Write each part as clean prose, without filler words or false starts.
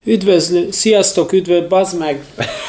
Üdvözlő, sziasztok, bazd meg!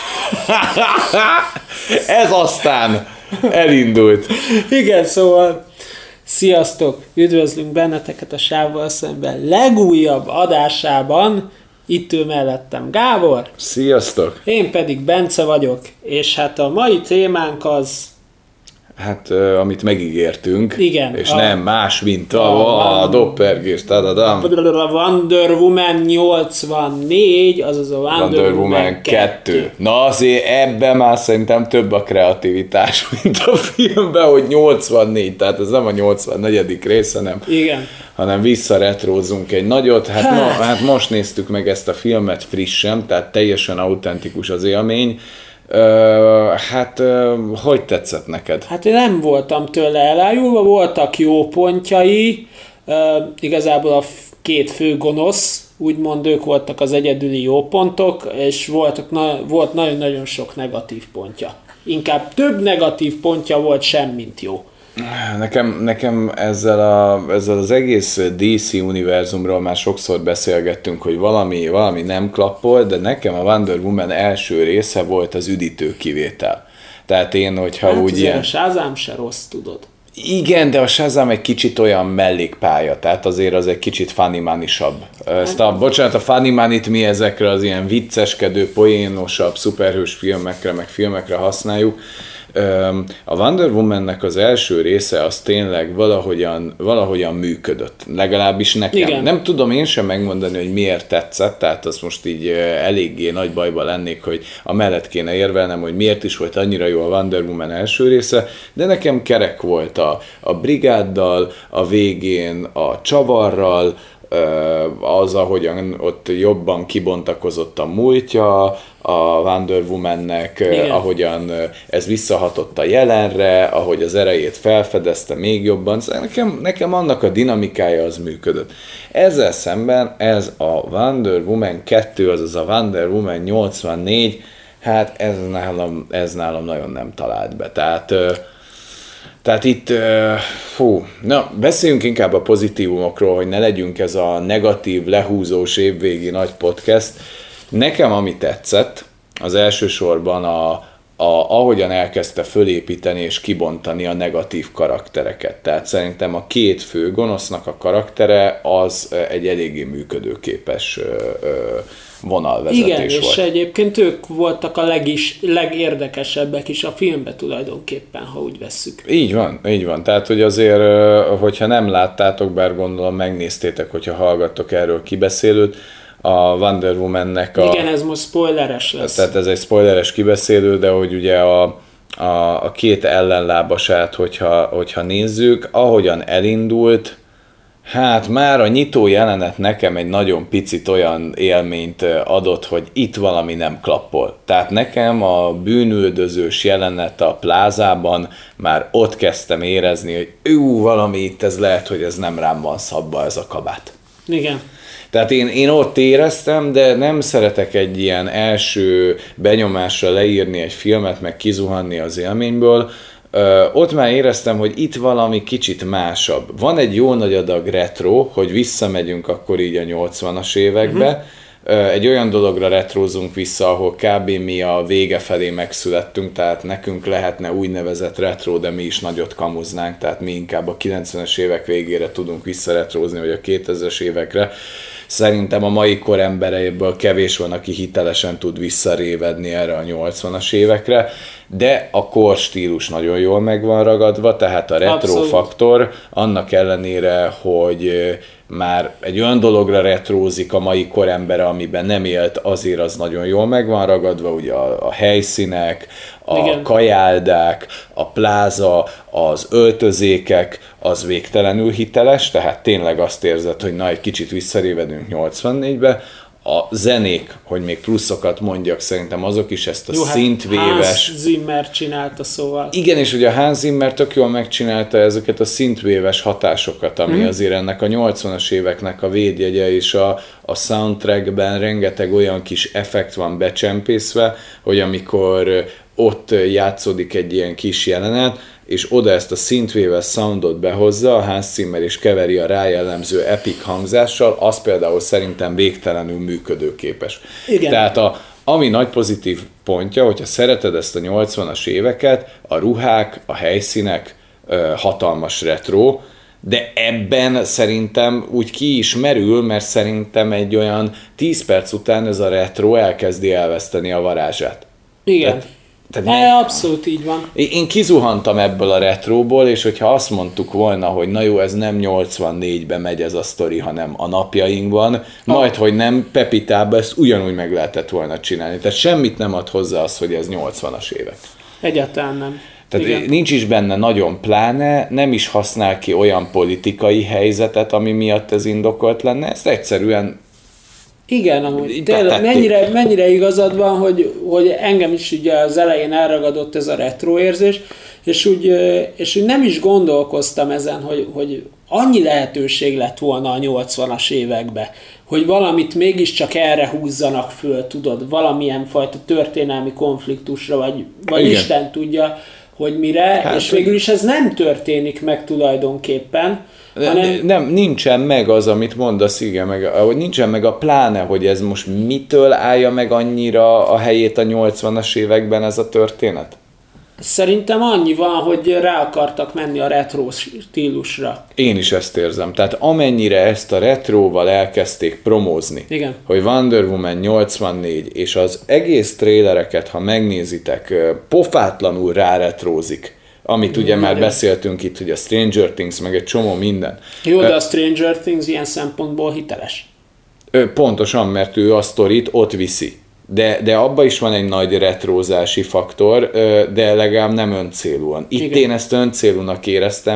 Ez aztán elindult. Igen, szóval sziasztok, üdvözlünk benneteket a Sávval Szemben legújabb adásában. Itt ül mellettem Gábor. Sziasztok. Én pedig Bence vagyok, és hát a mai témánk az... Hát, amit megígértünk, igen, és nem más, mint a doppergés, tadadam. A Wonder Woman 84, azaz a Wonder Woman 2. Na azért ebben már szerintem több a kreativitás, mint a filmben, hogy 84, tehát ez nem a 84. rész, hanem visszaretrózunk egy nagyot. Hát most néztük meg ezt a filmet frissen, tehát teljesen autentikus az élmény. Hogy tetszett neked? Hát én nem voltam tőle elájulva, voltak jó pontjai, igazából a két fő gonosz, úgymond ők voltak az egyedüli jó pontok, és volt nagyon-nagyon sok negatív pontja. Inkább több negatív pontja volt sem, mint jó. Nekem ezzel az egész DC univerzumról már sokszor beszélgettünk, hogy valami nem klappol, de nekem a Wonder Woman első része volt az üdítő kivétel. Tehát én, hogyha úgy ilyen... a Shazam se rossz, tudod. Igen, de a Shazam egy kicsit olyan mellékpálya, tehát azért az egy kicsit funny money-sabb. A funny money-t mi ezekre az ilyen vicceskedő, poénosabb, szuperhős filmekre, meg filmekre használjuk. A Wonder Woman-nek az első része az tényleg valahogyan működött, legalábbis nekem. Igen. Nem tudom én sem megmondani, hogy miért tetszett, tehát azt most így eléggé nagy bajba lennék, hogy amellett kéne érvelnem, hogy miért is volt annyira jó a Wonder Woman első része, de nekem kerek volt a brigáddal, a végén a csavarral, az, ahogyan ott jobban kibontakozott a múltja a Wonder Womannek, ahogyan ez visszahatott a jelenre, ahogy az erejét felfedezte még jobban. Nekem annak a dinamikája az működött. Ezzel szemben ez a Wonder Woman 2, azaz a Wonder Woman 84, hát ez nálam nagyon nem talált be. Tehát itt, beszéljünk inkább a pozitívumokról, hogy ne legyünk ez a negatív, lehúzós évvégi nagy podcast. Nekem ami tetszett, az elsősorban ahogyan elkezdte fölépíteni és kibontani a negatív karaktereket. Tehát szerintem a két fő gonosznak a karaktere az egy eléggé működőképes vonalvezetés igen, volt. Igen, és egyébként ők voltak a legérdekesebbek is a filmben tulajdonképpen, ha úgy vesszük. Így van. Tehát, hogy azért, hogyha nem láttátok, bár gondolom megnéztétek, hogyha hallgattok erről kibeszélőt, a Wonder Woman-nek igen, ez most spoileres lesz. Tehát ez egy spoileres kibeszélő, de hogy ugye a két ellenlábasát, hogyha nézzük, ahogyan elindult, hát már a nyitó jelenet nekem egy nagyon picit olyan élményt adott, hogy itt valami nem klappol. Tehát nekem a bűnüldözős jelenet a plázában már ott kezdtem érezni, hogy valami itt, ez lehet, hogy ez nem rám van szabva ez a kabát. Igen. Tehát én ott éreztem, de nem szeretek egy ilyen első benyomásra leírni egy filmet, meg kizuhanni az élményből. Ott már éreztem, hogy itt valami kicsit másabb. Van egy jó nagy adag retro, hogy visszamegyünk akkor így a 80-as évekbe. Egy olyan dologra retrózunk vissza, ahol kb. Mi a vége felé megszülettünk, tehát nekünk lehetne úgynevezett retro, de mi is nagyot kamuznánk, tehát mi inkább a 90-es évek végére tudunk visszaretrózni, vagy a 2000-es évekre. Szerintem a mai kor embereiből kevés van, aki hitelesen tud visszarévedni erre a 80-as évekre, de a korstílus nagyon jól meg van ragadva, tehát a retro faktor, annak ellenére, hogy már egy olyan dologra retrózik a mai korembere, amiben nem élt, azért az nagyon jól meg van ragadva, ugye a helyszínek, a kajáldák, a pláza, az öltözékek, az végtelenül hiteles, tehát tényleg azt érzed, hogy egy kicsit visszarévedünk 84-be, a zenék, hogy még pluszokat mondjak, szerintem azok is ezt a szintvéves... Hans Zimmer csinálta, szóval. Igen, és ugye a Hans Zimmer tök jól megcsinálta ezeket a szintvéves hatásokat, ami azért ennek a 80-as éveknek a védjegye, és a soundtrackben rengeteg olyan kis effekt van becsempészve, hogy amikor ott játszódik egy ilyen kis jelenet, és oda ezt a synthwave soundot behozza, a Hans Zimmer és keveri a rá jellemző epic hangzással, az például szerintem végtelenül működőképes. Igen. Tehát ami nagy pozitív pontja, hogyha szereted ezt a 80-as éveket, a ruhák, a helyszínek, hatalmas retro, de ebben szerintem úgy ki is merül, mert szerintem egy olyan 10 perc után ez a retro elkezdi elveszteni a varázsát. Igen. Tehát abszolút így van. Én kizuhantam ebből a retróból, és hogyha azt mondtuk volna, hogy na jó, ez nem 84-ben megy ez a sztori, hanem a napjainkban, majd, hogy nem Pepitában ezt ugyanúgy meg lehetett volna csinálni. Tehát semmit nem ad hozzá az, hogy ez 80-as évek. Egyáltalán nem. Tehát igen. Nincs is benne nagyon pláne, nem is használ ki olyan politikai helyzetet, ami miatt ez indokolt lenne, ezt egyszerűen igen, amúgy tényleg mennyire igazad van, hogy engem is ugye az elején elragadott ez a retro érzés, és úgy nem is gondolkoztam ezen, hogy annyi lehetőség lett volna a 80-as években, hogy valamit mégiscsak erre húzzanak föl, tudod, valamilyen fajta történelmi konfliktusra, vagy Isten tudja, hogy mire, hát, és végül is ez nem történik meg tulajdonképpen, hanem... nincsen meg az, amit mondasz, igen, hogy nincsen meg a pláne, hogy ez most mitől állja meg annyira a helyét a 80-as években ez a történet? Szerintem annyi van, hogy rá akartak menni a retro stílusra. Én is ezt érzem. Tehát amennyire ezt a retróval elkezdték promózni, igen. hogy Wonder Woman 84, és az egész trélereket, ha megnézitek, pofátlanul ráretrózik, amit ugye már beszéltünk itt, hogy a Stranger Things, meg egy csomó minden. Jó, de a Stranger Things ilyen szempontból hiteles. Pontosan, mert ő a sztorit ott viszi. De abban is van egy nagy retrózási faktor, de legalább nem öncélúan. Itt igen. Én ezt öncélúnak éreztem,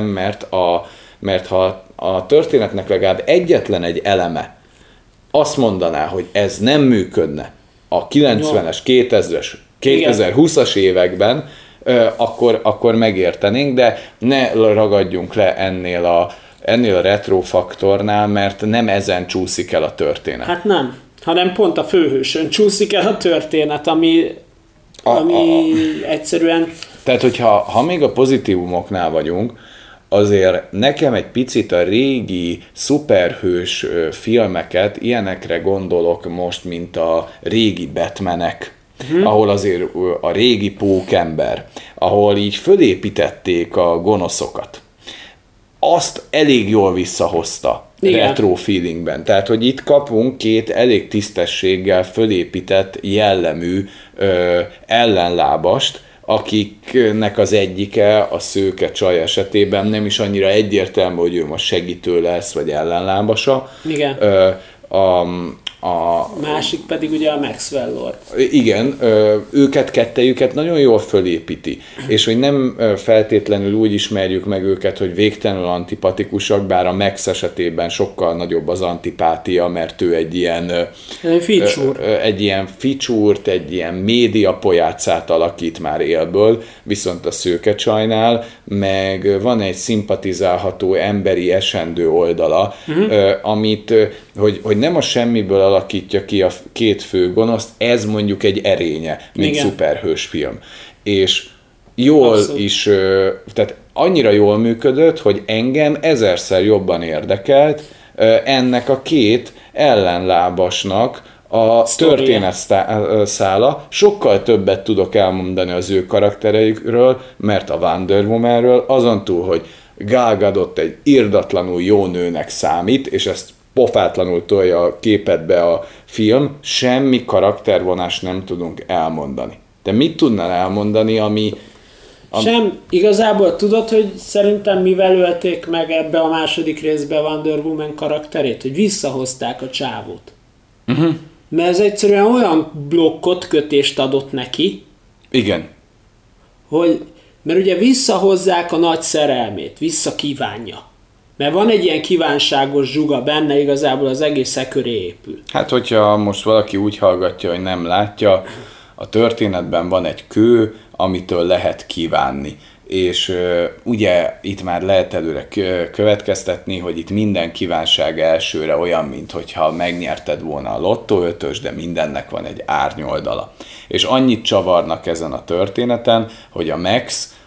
mert ha a történetnek legalább egyetlen egy eleme azt mondaná, hogy ez nem működne a 90-es, 2000-es, 2020-as években, akkor megértenénk, de ne ragadjunk le ennél a retro faktornál, mert nem ezen csúszik el a történet. Hát nem, hanem pont a főhősön csúszik el a történet, ami egyszerűen... Tehát, hogyha még a pozitívumoknál vagyunk, azért nekem egy picit a régi szuperhős filmeket, ilyenekre gondolok most, mint a régi Batmanek, ahol azért a régi pókember, ahol így fölépítették a gonoszokat. Azt elég jól visszahozta retro feelingben. Tehát, hogy itt kapunk két elég tisztességgel fölépített jellemű ellenlábast, akiknek az egyike a szőke csaj esetében nem is annyira egyértelmű, hogy ő most segítő lesz, vagy ellenlábasa. Igen. A másik pedig ugye a Maxwell Lord. Igen, kettejüket nagyon jól fölépíti, és hogy nem feltétlenül úgy ismerjük meg őket, hogy végtelenül antipatikusak, bár a Max esetében sokkal nagyobb az antipátia, mert ő egy ilyen ficsúrt, egy ilyen média pojácát alakít már élből, viszont a szőke csajnál meg van egy szimpatizálható emberi esendő oldala, amit, hogy nem a semmiből alakítja ki a két fő gonoszt, ez mondjuk egy erénye, mint szuperhős film. És jól abszolút. Is, tehát annyira jól működött, hogy engem ezerszer jobban érdekelt ennek a két ellenlábasnak a történetszála. Sokkal többet tudok elmondani az ő karaktereikről, mert a Wonder Womanről, azon túl, hogy Gal Gadot egy irdatlanul jó nőnek számít, és ezt pofátlanul tolja a képetbe a film, semmi karaktervonást nem tudunk elmondani. De mit tudnál elmondani, ami... Sem, igazából tudod, hogy szerintem mivel ölték meg ebbe a második részbe Wonder Woman karakterét, hogy visszahozták a csávót. Mert ez egyszerűen olyan blokkot, kötést adott neki. Igen. Mert ugye visszahozzák a nagy szerelmét, visszakívánja. Mert van egy ilyen kívánságos zsuga benne, igazából az egész köré épül. Hát, hogyha most valaki úgy hallgatja, hogy nem látja, a történetben van egy kő, amitől lehet kívánni. És ugye itt már lehet előre következtetni, hogy itt minden kívánság elsőre olyan, mintha megnyerted volna a lottó ötös, de mindennek van egy árnyoldala. És annyit csavarnak ezen a történeten, hogy a Max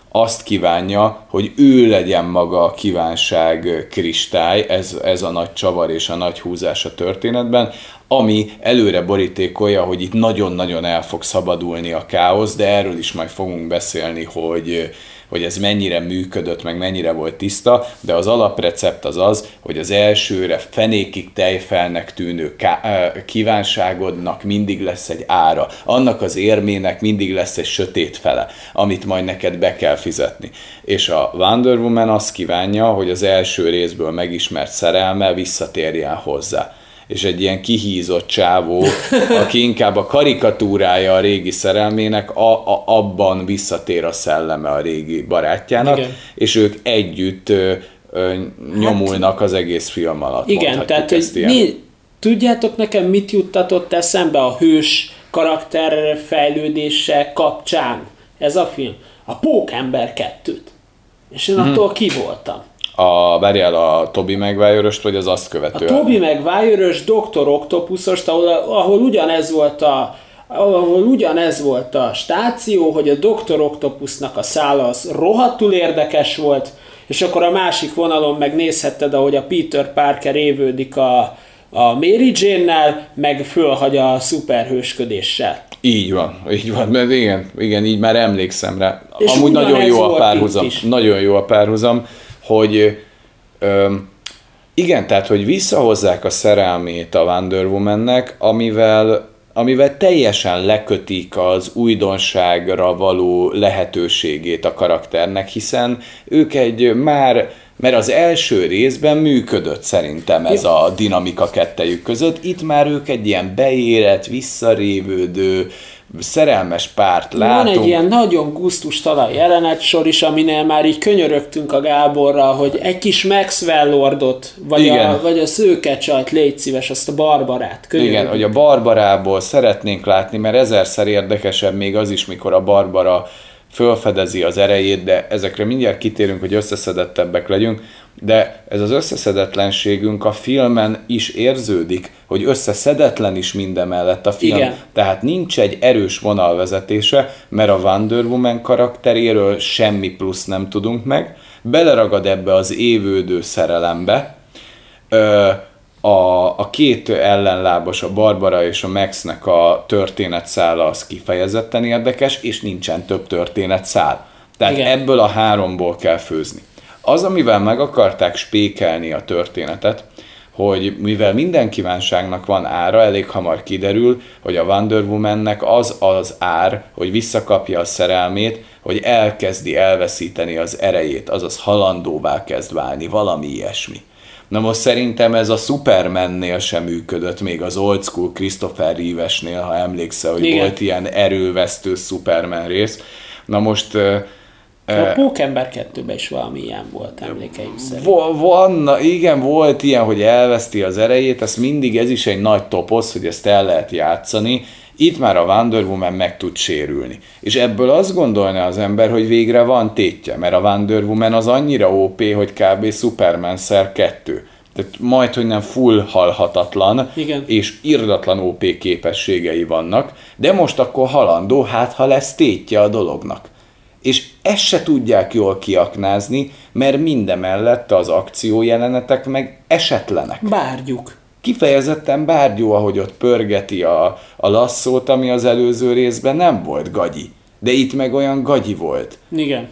azt kívánja, hogy ő legyen maga a kívánság kristály, ez a nagy csavar és a nagy húzás a történetben, ami előre borítékolja, hogy itt nagyon-nagyon el fog szabadulni a káosz, de erről is majd fogunk beszélni, hogy ez mennyire működött, meg mennyire volt tiszta, de az alaprecept az, hogy az elsőre fenékig tejfelnek tűnő kívánságodnak mindig lesz egy ára. Annak az érmének mindig lesz egy sötét fele, amit majd neked be kell fizetni. És a Wonder Woman azt kívánja, hogy az első részből megismert szerelme visszatérjen hozzá. És egy ilyen kihízott csávó, aki inkább a karikatúrája a régi szerelmének, abban visszatér a szelleme a régi barátjának, igen. És ők együtt nyomulnak az egész film alatt. Igen, tehát tudjátok nekem, mit juttatott eszembe a hős karakterfejlődése kapcsán ez a film? A Pókember 2-t. És én attól ki voltam. Várjál, a Tobey Maguire-öst, vagy az azt követően? A Tobey Maguire-ös Dr. Octopusost, ahol ugyanez volt a stáció, hogy a Dr. Octopusnak a szála az rohadtul érdekes volt, és akkor a másik vonalon megnézhetted, ahogy a Peter Parker évődik a Mary Jane-nel, meg fölhagy a szuperhősködéssel. Így van, mert igen, így már emlékszem rá. És amúgy nagyon jó a párhuzam, hogy igen, tehát, hogy visszahozzák a szerelmét a Wonder Womannek, amivel teljesen lekötik az újdonságra való lehetőségét a karakternek, hiszen ők mert az első részben működött szerintem ez a dinamika kettejük között, itt már ők egy ilyen beérett, visszarévődő, szerelmes párt látunk. Van egy ilyen nagyon gusztustalan jelenetsor is, aminél már így könyörögtünk a Gáborral, hogy egy kis Maxwell Lordot, vagy a szőkecsajt, légy szíves, azt a Barbarát. Könyörögünk. Igen, hogy a Barbarából szeretnénk látni, mert ezerszer érdekesebb még az is, mikor a Barbara fölfedezi az erejét, de ezekre mindjárt kitérünk, hogy összeszedettebbek legyünk, de ez az összeszedetlenségünk a filmen is érződik, hogy összeszedetlen is mindemellett a film. Igen. Tehát nincs egy erős vonalvezetése, mert a Wonder Woman karakteréről semmi plusz nem tudunk meg, beleragad ebbe az évődő szerelembe, a két ellenlábas, a Barbara és a Maxnek a történetszála az kifejezetten érdekes, és nincsen több történetszál. Tehát igen. Ebből a háromból kell főzni. Az, amivel meg akarták spékelni a történetet, hogy mivel minden kívánságnak van ára, elég hamar kiderül, hogy a Wonder Womannek az ár, hogy visszakapja a szerelmét, hogy elkezdi elveszíteni az erejét, azaz halandóvá kezd válni, valami ilyesmi. Na most szerintem ez a Supermannél sem működött, még az old school Christopher Reeve-esnél, ha emlékszel, hogy igen. Volt ilyen erővesztő Superman rész. Na most... A Pókember 2-ben is valami ilyen volt, emlékeim szerint. Igen, volt ilyen, hogy elveszti az erejét, ez is egy nagy toposz, hogy ezt el lehet játszani. Itt már a Wonder Woman meg tud sérülni. És ebből azt gondolná az ember, hogy végre van tétje, mert a Wonder Woman az annyira OP, hogy kb. Superman-szer 2. Tehát majd, hogy nem full halhatatlan, igen. És irdatlan OP képességei vannak, de most akkor halandó, hát ha lesz tétje a dolognak. És ezt se tudják jól kiaknázni, mert mindemellett az akciójelenetek meg esetlenek. Bárgyuk. Kifejezetten bárgyú, ahogy ott pörgeti a lasszót, ami az előző részben nem volt gagyi. De itt meg olyan gagyi volt. Igen.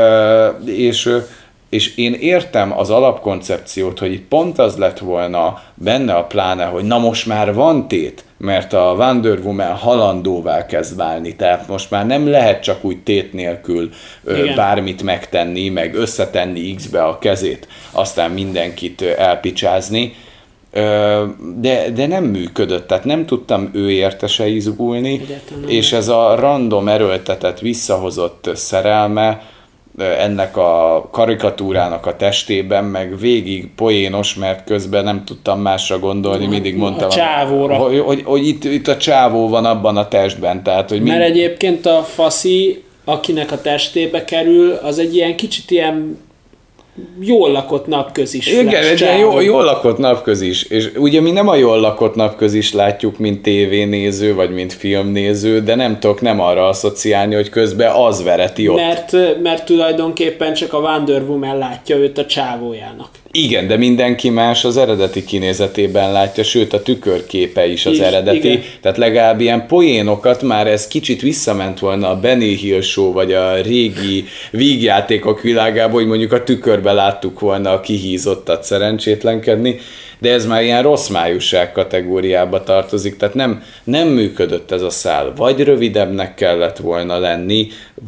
És én értem az alapkoncepciót, hogy itt pont az lett volna benne a pláne, hogy na most már van tét, mert a Wonder Woman halandóvá kezd válni, tehát most már nem lehet csak úgy tét nélkül bármit megtenni, meg összetenni X-be a kezét, aztán mindenkit elpicsázni, de nem működött, tehát nem tudtam ő érte se izgulni, és ez a random erőltetett, visszahozott szerelme ennek a karikatúrának a testében, meg végig poénos, mert közben nem tudtam másra gondolni, mindig mondtam, a csávóra. Hogy itt a csávó van abban a testben. Tehát, hogy mert egyébként a faszi, akinek a testébe kerül, az egy ilyen kicsit ilyen jól lakott napközis igen, egy jól lakott napközis. És ugye mi nem a jól lakott napközis látjuk, mint tévénéző, vagy mint filmnéző, de nem tudok nem arra asszociálni, hogy közben az vereti ott. Mert tulajdonképpen csak a Wonder Woman látja őt a csávójának. Igen, de mindenki más az eredeti kinézetében látja, sőt a tükörképe is az eredeti. Igen. Tehát legalább ilyen poénokat már ez kicsit visszament volna a Benny Hill Show, vagy a régi vígjátékok világába, hogy mondjuk a tükörbe láttuk volna a kihízottat szerencsétlenkedni, de ez már ilyen rossz májusság kategóriába tartozik, tehát nem működött ez a szál. Vagy rövidebbnek kellett volna lenni,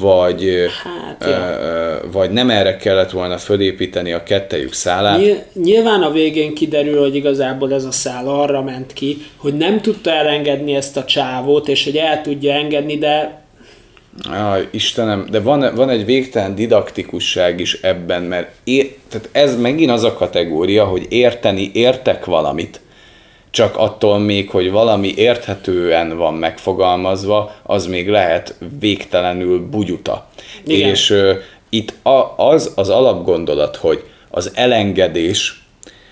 vagy nem erre kellett volna fölépíteni a kettejük szálát. Nyilván a végén kiderül, hogy igazából ez a szál arra ment ki, hogy nem tudta elengedni ezt a csávót, és hogy el tudja engedni, de... Istenem, de van egy végtelen didaktikusság is ebben, mert tehát ez megint az a kategória, hogy értek valamit, csak attól még, hogy valami érthetően van megfogalmazva, az még lehet végtelenül bugyuta. Igen. És itt az alapgondolat, hogy az elengedés,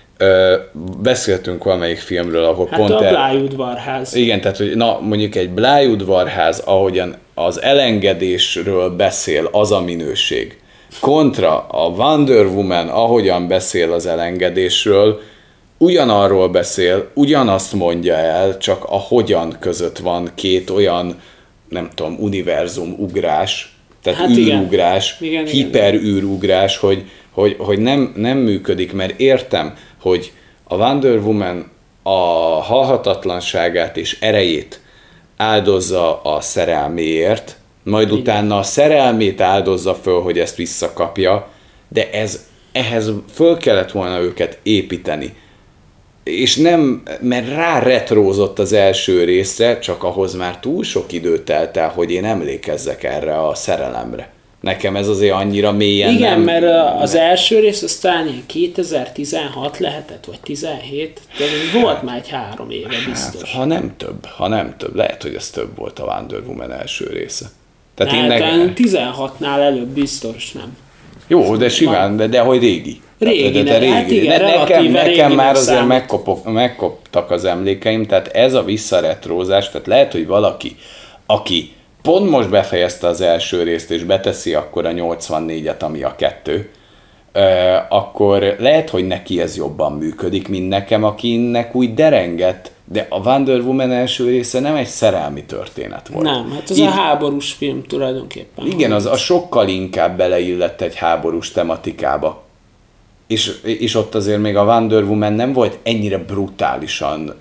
beszéltünk valamelyik filmről, ahol pont... a Blájudvarház. Igen, tehát hogy mondjuk egy Blájudvarház, ahogyan az elengedésről beszél az a minőség, kontra a Wonder Woman, ahogyan beszél az elengedésről, ugyanarról beszél, ugyanazt mondja el, csak a hogyan között van két olyan, nem tudom, univerzum ugrás, tehát űrugrás, hiperűrugrás, hogy nem működik, mert értem, hogy a Wonder Woman a halhatatlanságát és erejét áldozza a szerelméért, majd utána a szerelmét áldozza föl, hogy ezt visszakapja, de ehhez föl kellett volna őket építeni. És nem, mert ráretrózott az első részre, csak ahhoz már túl sok idő telt el, hogy én emlékezzek erre a szerelemre. Nekem ez azért annyira mélyen igen, mert az első rész aztán 2016 lehetett, vagy 17, de volt már egy 3 éve biztos. Ha nem több, lehet, hogy ez több volt a Wonder Woman első része. Tehát 16-nál előbb biztos nem. Jó, de simán, de hogy régi. Régi. Nekem már azért megkoptak az emlékeim, tehát ez a visszaretrózás, tehát lehet, hogy valaki, aki pont most befejezte az első részt, és beteszi akkor a 84-et, ami a 2, akkor lehet, hogy neki ez jobban működik, mint nekem, akinek úgy derengett, de a Wonder Woman első része nem egy szerelmi történet volt. Nem, hát ez a háborús film tulajdonképpen. Igen, az sokkal inkább beleillett egy háborús tematikába. És ott azért még a Wonder Woman nem volt ennyire brutálisan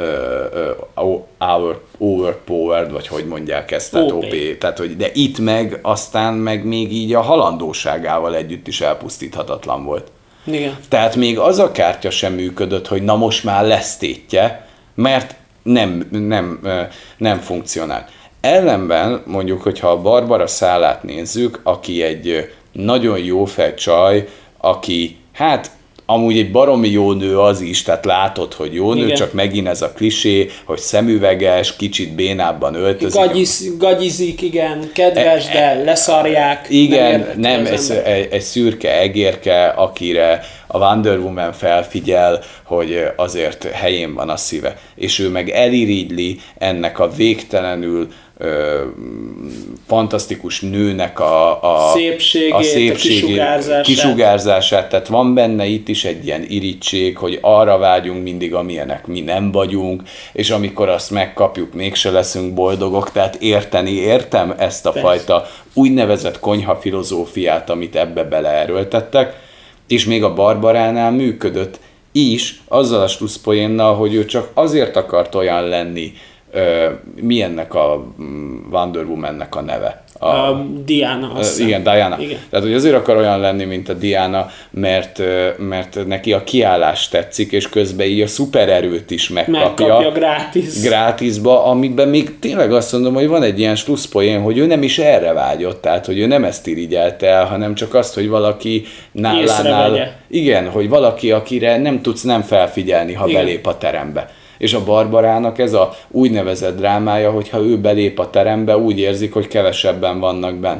overpowered, vagy hogy mondják ezt, tehát OP. Tehát, hogy, de itt meg aztán meg még így a halandóságával együtt is elpusztíthatatlan volt. Igen. Tehát még az a kártya sem működött, hogy na most már lesz tétje, mert nem funkcionál. Ellenben mondjuk, hogyha a Barbara szálát nézzük, aki egy nagyon jó fej csaj, aki hát amúgy egy baromi jó nő az is, tehát látod, hogy jó nő, igen. Csak megint ez a klisé, hogy szemüveges, kicsit bénábban öltözik. Gagyizik, igen, kedves, de leszarják. Igen, nem egy szürke egérke, akire a Wonder Woman felfigyel, hogy azért helyén van a szíve. És ő meg elirigyli ennek a végtelenül fantasztikus nőnek a szépségét, a kisugárzását. Tehát van benne itt is egy ilyen irigység, hogy arra vágyunk mindig, amilyenek mi nem vagyunk, és amikor azt megkapjuk, mégse leszünk boldogok. Tehát értem ezt a fajta úgynevezett konyha filozófiát, amit ebbe beleerőltettek, és még a Barbaránál működött is, azzal a slusszpoénnal, hogy ő csak azért akart olyan lenni, mi ennek a Wonder Woman-nek a neve? Diana. Igen, Diana. Igen. Tehát, hogy azért akar olyan lenni, mint a Diana, mert neki a kiállás tetszik, és közben így a szupererőt is megkapja grátisba, amiben még tényleg azt mondom, hogy van egy ilyen slusszpoén, hogy ő nem is erre vágyott, tehát, hogy ő nem ezt irigyelte el, hanem csak azt, hogy valaki nálánál... Igen, hogy valaki, akire nem tudsz nem felfigyelni, ha igen. belép a terembe. És a Barbarának ez a úgynevezett drámája, hogyha ő belép a terembe, úgy érzik, hogy kevesebben vannak benn.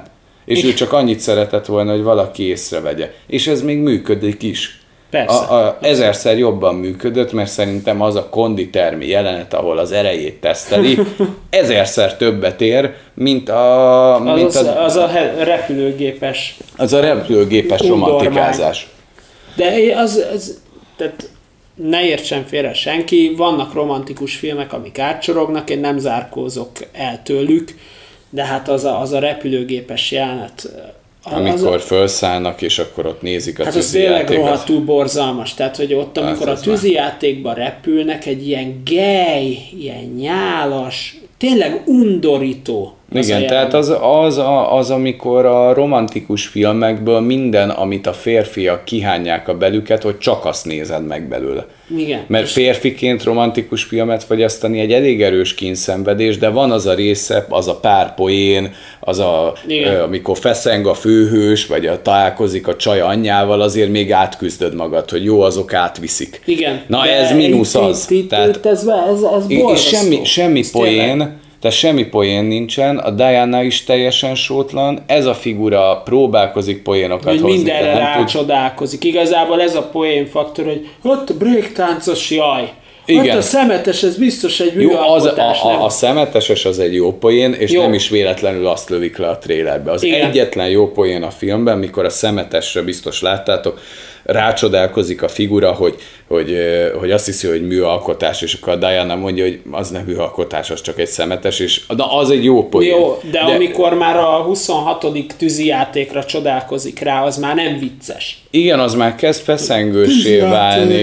és ő csak annyit szeretett volna, hogy valaki észrevegye. És ez még működik is. Persze. Ezerszer jobban működött, mert szerintem az a konditermi jelenet, ahol az erejét teszteli, ezerszer többet ér, mint az a repülőgépes. Az a repülőgépes romantikázás. De tehát ne értsen félre senki, vannak romantikus filmek, amik átcsorognak, én nem zárkózok el tőlük, de hát az a repülőgépes jelenet. Amikor felszállnak, és akkor ott nézik a tűzijátékot. Hát az tényleg rohadtul borzalmas. Tehát, hogy ott, amikor a tűzijátékban repülnek, egy ilyen gej, ilyen nyálas, tényleg undorító. Igen, tehát az, amikor a romantikus filmekből minden, amit a férfiak kihányják a belüket, hogy csak azt nézed meg belőle. Igen. Mert férfiként romantikus filmet fogyasztani egy elég erős kínszenvedés, de van az a része, az a pár poén, amikor feszeng a főhős, vagy találkozik a csaj anyjával, azért még átküzdöd magad, hogy jó, azok átviszik. Igen. Na ez mínusz az. Tehát ez és semmi poén, tehát semmi poén nincsen, a Diana is teljesen sótlan, ez a figura próbálkozik poénokat hozni. Mindenre rácsodálkozik. Igazából ez a poénfaktor, hogy ott a breaktáncos jaj. Igen. Ott a szemetes, ez biztos egy műalkotás. A szemeteses az egy jó poén, és nem is véletlenül azt lövik le a trélerbe. Az egyetlen jó poén a filmben, mikor a szemetesre biztos láttátok, rácsodálkozik a figura, hogy azt hiszi, hogy műalkotás, és akkor a Diana mondja, hogy az nem műalkotás, az csak egy szemetes, és na, az egy jó poén. Jó, de amikor már a 26. tűzijátékra csodálkozik rá, az már nem vicces. Igen, az már kezd feszengőssé válni,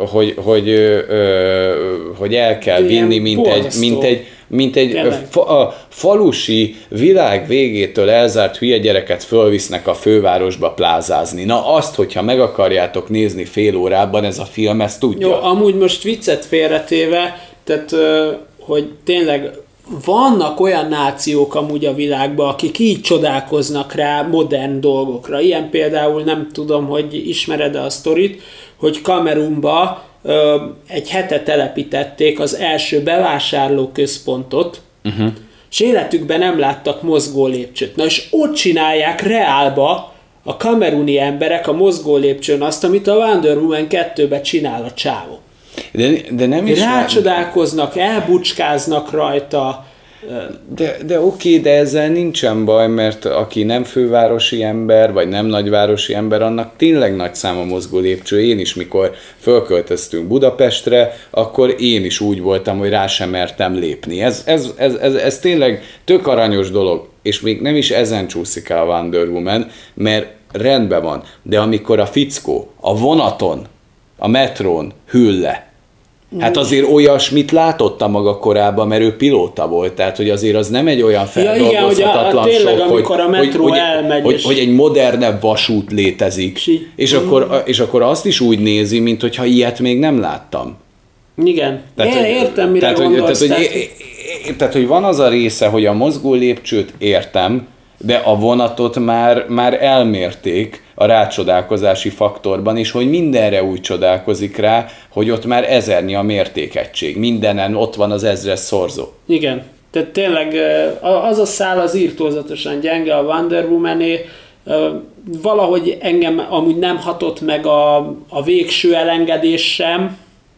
hogy el kell vinni, mint egy falusi világ végétől elzárt hülye gyereket fölvisznek a fővárosba plázázni. Na azt, hogyha meg akarjátok nézni fél órában, ez a film ezt tudja. Jó, amúgy most viccet félretéve, tehát hogy tényleg vannak olyan nációk amúgy a világban, akik így csodálkoznak rá modern dolgokra. Ilyen például, nem tudom, hogy ismered-e a sztorit, hogy Kamerunba egy hete telepítették az első bevásárlóközpontot, és életükben nem láttak mozgó lépcsőt. Na és ott csinálják reálba a kameruni emberek a mozgó lépcsőn azt, amit a Wonder Woman 2-ben csinál a csávó. De nem is rácsodálkoznak, elbucskáznak rajta. De oké, de ezzel nincsen baj, mert aki nem fővárosi ember, vagy nem nagyvárosi ember, annak tényleg nagy szám a mozgó lépcső. Én is, mikor fölköltöztünk Budapestre, akkor én is úgy voltam, hogy rá sem mertem lépni. Ez tényleg tök aranyos dolog, és még nem is ezen csúszik el a Wonder Woman, mert rendben van, de amikor a fickó a vonaton, a metrón hűl le, hát azért olyasmit látott a maga korában, mert ő pilóta volt, tehát hogy azért az nem egy olyan feldolgozhatatlan sok, hogy egy modernebb vasút létezik, és akkor azt is úgy nézi, mint hogyha ilyet még nem láttam. Igen, értem, mire gondolsz. Tehát, hogy van az a része, hogy a mozgó lépcsőt értem, de a vonatot már elmérték a rácsodálkozási faktorban is, hogy mindenre úgy csodálkozik rá, hogy ott már ezernyi a mértékegység. Mindenen ott van az ezres szorzó. Igen, tehát tényleg az a szál az írtózatosan gyenge a Wonder Woman-é. Valahogy engem amúgy nem hatott meg a végső elengedés sem.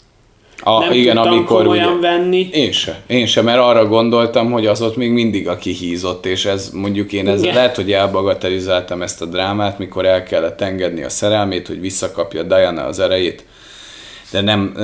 Nem tudtam komolyan venni. Én sem, mert arra gondoltam, hogy az ott még mindig aki hízott, és ez mondjuk lehet, hogy elbagatelizáltam ezt a drámát, mikor el kellett engedni a szerelmét, hogy visszakapja Diana az erejét, de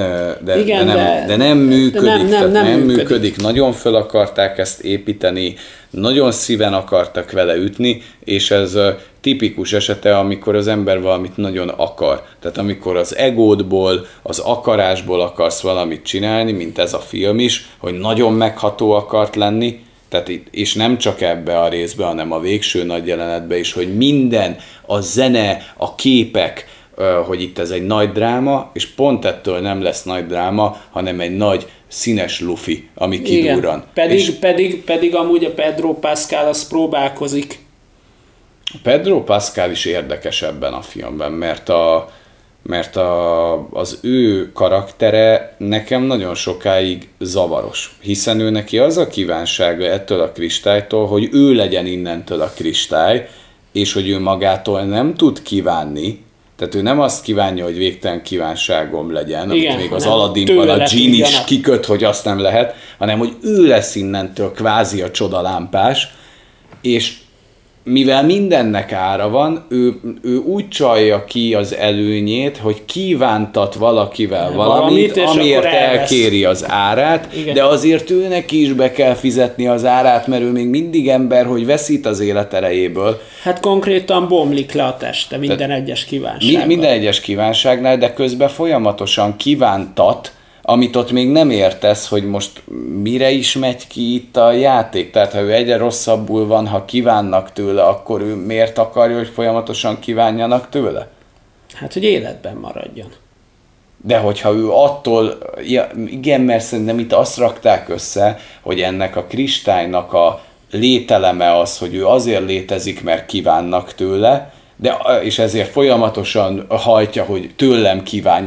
nem működik. Nagyon föl akarták ezt építeni, nagyon szíven akartak vele ütni, és ez tipikus esete, amikor az ember valamit nagyon akar. Tehát amikor az egódból, az akarásból akarsz valamit csinálni, mint ez a film is, hogy nagyon megható akart lenni, tehát és nem csak ebbe a részbe, hanem a végső nagy jelenetbe is, hogy minden, a zene, a képek, hogy itt ez egy nagy dráma, és pont ettől nem lesz nagy dráma, hanem egy nagy színes lufi, ami kidurran. Pedig amúgy a Pedro Pascal az próbálkozik. Pedro Pascal is érdekes ebben a filmben, mert az ő karaktere nekem nagyon sokáig zavaros, hiszen ő neki az a kívánsága ettől a kristálytól, hogy ő legyen innentől a kristály, és hogy ő magától nem tud kívánni, tehát ő nem azt kívánja, hogy végtelen kívánságom legyen, igen, amit még az Aladdinban a dzsin is kiköt, hogy azt nem lehet, hanem hogy ő lesz innentől kvázi a csodalámpás, és mivel mindennek ára van, ő úgy csalja ki az előnyét, hogy kívántat valakivel valamit amiért elkéri az árát, igen. De azért őnek is be kell fizetni az árát, mert ő még mindig ember, hogy veszít az életerejéből. Hát konkrétan bomlik le a teste minden egyes kívánságban. Minden egyes kívánságnál, de közben folyamatosan kívántat, amit ott még nem értesz, hogy most mire is megy ki itt a játék. Tehát ha ő egyre rosszabbul van, ha kívánnak tőle, akkor ő miért akarja, hogy folyamatosan kívánjanak tőle? Hát, hogy életben maradjon. De hogyha ő attól, igen, mert szerintem itt azt rakták össze, hogy ennek a kristálynak a lételeme az, hogy ő azért létezik, mert kívánnak tőle, és ezért folyamatosan hajtja, hogy tőlem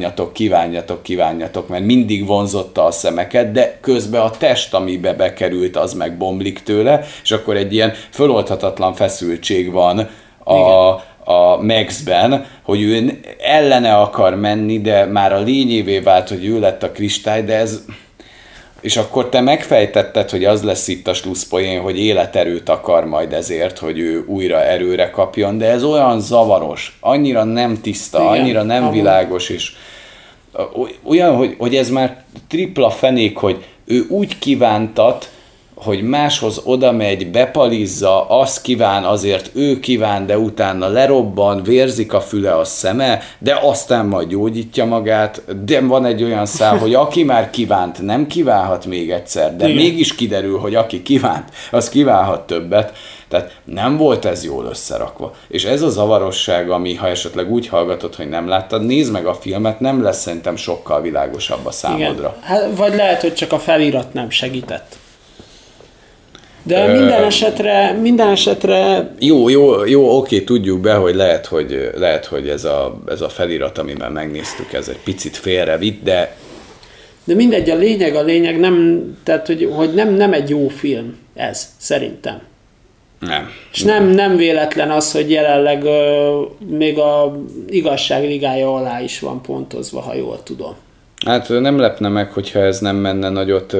kívánjatok, mert mindig vonzotta a szemeket, de közben a test, amibe bekerült, az meg bomlik tőle, és akkor egy ilyen föloldhatatlan feszültség van a Maxben, hogy ő ellene akar menni, de már a lényévé vált, hogy ő lett a kristály, de ez... És akkor te megfejtetted, hogy az lesz itt a slusszpoén, hogy életerőt akar majd ezért, hogy ő újra erőre kapjon, de ez olyan zavaros, annyira nem tiszta, igen, annyira nem világos, és olyan, hogy ez már tripla fenék, hogy ő úgy kívántat, hogy máshoz oda megy, bepalizza, azt kíván, azért ő kíván, de utána lerobban, vérzik a füle, a szeme, de aztán majd gyógyítja magát, de van egy olyan szál, hogy aki már kívánt, nem kívánhat még egyszer, de igen, mégis kiderül, hogy aki kívánt, az kívánhat többet. Tehát nem volt ez jól összerakva. És ez a zavarosság, ami ha esetleg úgy hallgatod, hogy nem láttad, nézd meg a filmet, nem lesz szerintem sokkal világosabb a számodra. Igen. Hát, vagy lehet, hogy csak a felirat nem segített. De minden esetre... Jó, oké, tudjuk be, hogy lehet, hogy ez a felirat, amiben megnéztük, ez egy picit félrevitt, de... De mindegy, a lényeg nem, tehát hogy nem egy jó film ez, szerintem. Nem. És nem véletlen az, hogy jelenleg még a Igazság Ligája alá is van pontozva, ha jól tudom. Hát nem lepne meg, hogyha ez nem menne nagyot,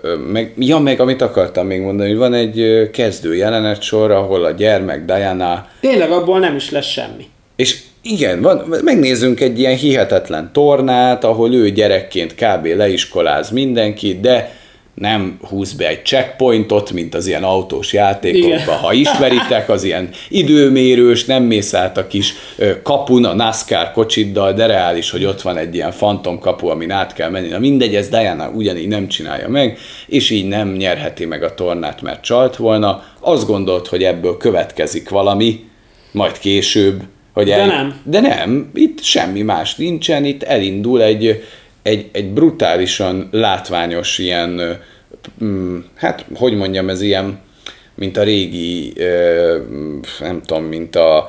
meg amit akartam még mondani, hogy van egy kezdő jelenetsor, ahol a gyermek Diana... Tényleg abból nem is lesz semmi. És igen, megnézzünk egy ilyen hihetetlen tornát, ahol ő gyerekként kb. Leiskoláz mindenkit, de nem húz be egy checkpointot, mint az ilyen autós játékokban. Ha ismeritek, az ilyen időmérős, nem mész át a kis kapun a NASCAR kocsiddal, de reális, hogy ott van egy ilyen fantomkapu, amin át kell menni. Na mindegy, ez Diana ugyanígy nem csinálja meg, és így nem nyerheti meg a tornát, mert csalt volna. Azt gondolt, hogy ebből következik valami, majd később. Hogy de nem, itt semmi más nincsen, itt elindul egy brutálisan látványos ilyen, hát hogy mondjam, ez ilyen, mint a régi, nem tudom, mint a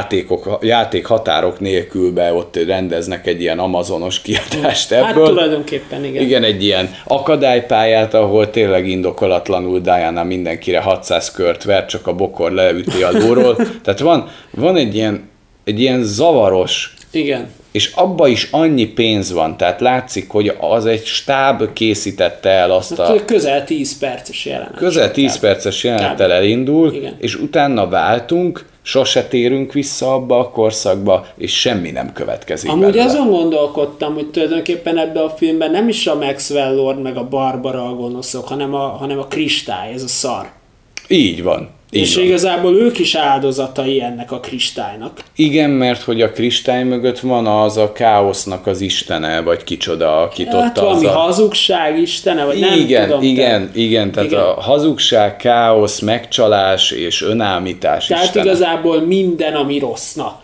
játék határok nélkül be ott rendeznek egy ilyen amazonos kiadást ebből. Hát tulajdonképpen igen. Igen, egy ilyen akadálypályát, ahol tényleg indokolatlanul Diana mindenkire 600 kört ver, csak a bokor leüti a lóról. Tehát van egy ilyen zavaros, igen. És abba is annyi pénz van, tehát látszik, hogy az egy stáb készítette el azt a... Közel 10 perces jelenet. Közel 10 perces jelenettel elindul, igen. És utána váltunk, sose térünk vissza abba a korszakba, és semmi nem következik Amúgy belőle. Azon gondolkodtam, hogy tulajdonképpen ebben a filmben nem is a Maxwell Lord meg a Barbara a gonoszok, hanem a kristály, ez a szar. Így van. És igazából ők is áldozatai ennek a kristálynak. Igen, mert hogy a kristály mögött van az a káosznak az istene, vagy kicsoda, akit ott valami hazugság istene, vagy nem tudom. Igen, tehát a hazugság, káosz, megcsalás és önállítás tehát istene. Tehát igazából minden, ami rosszna.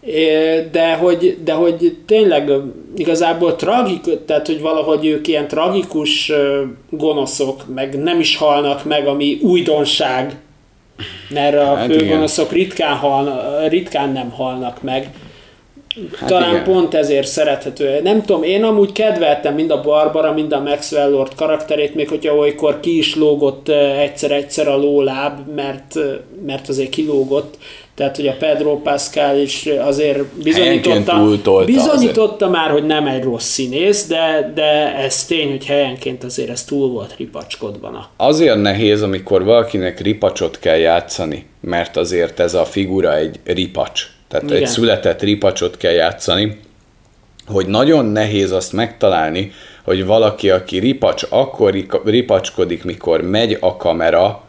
De hogy tényleg igazából tehát hogy valahogy ők ilyen tragikus gonoszok, meg nem is halnak meg, ami újdonság, mert a főgonoszok ritkán nem halnak meg. talán igen. pont ezért szerethető. Nem tudom, én amúgy kedveltem mind a Barbara, mind a Maxwell Lord karakterét, még hogyha olykor ki is lógott egyszer-egyszer a lóláb, mert azért kilógott. Tehát, hogy a Pedro Pascal is azért bizonyította már, hogy nem egy rossz színész, de ez tény, hogy helyenként azért ez túl volt ripacskodva. Azért nehéz, amikor valakinek ripacsot kell játszani, mert azért ez a figura egy ripacs. Tehát igen. Egy született ripacsot kell játszani, hogy nagyon nehéz azt megtalálni, hogy valaki, aki ripacs, akkor ripacskodik, mikor megy a kamera,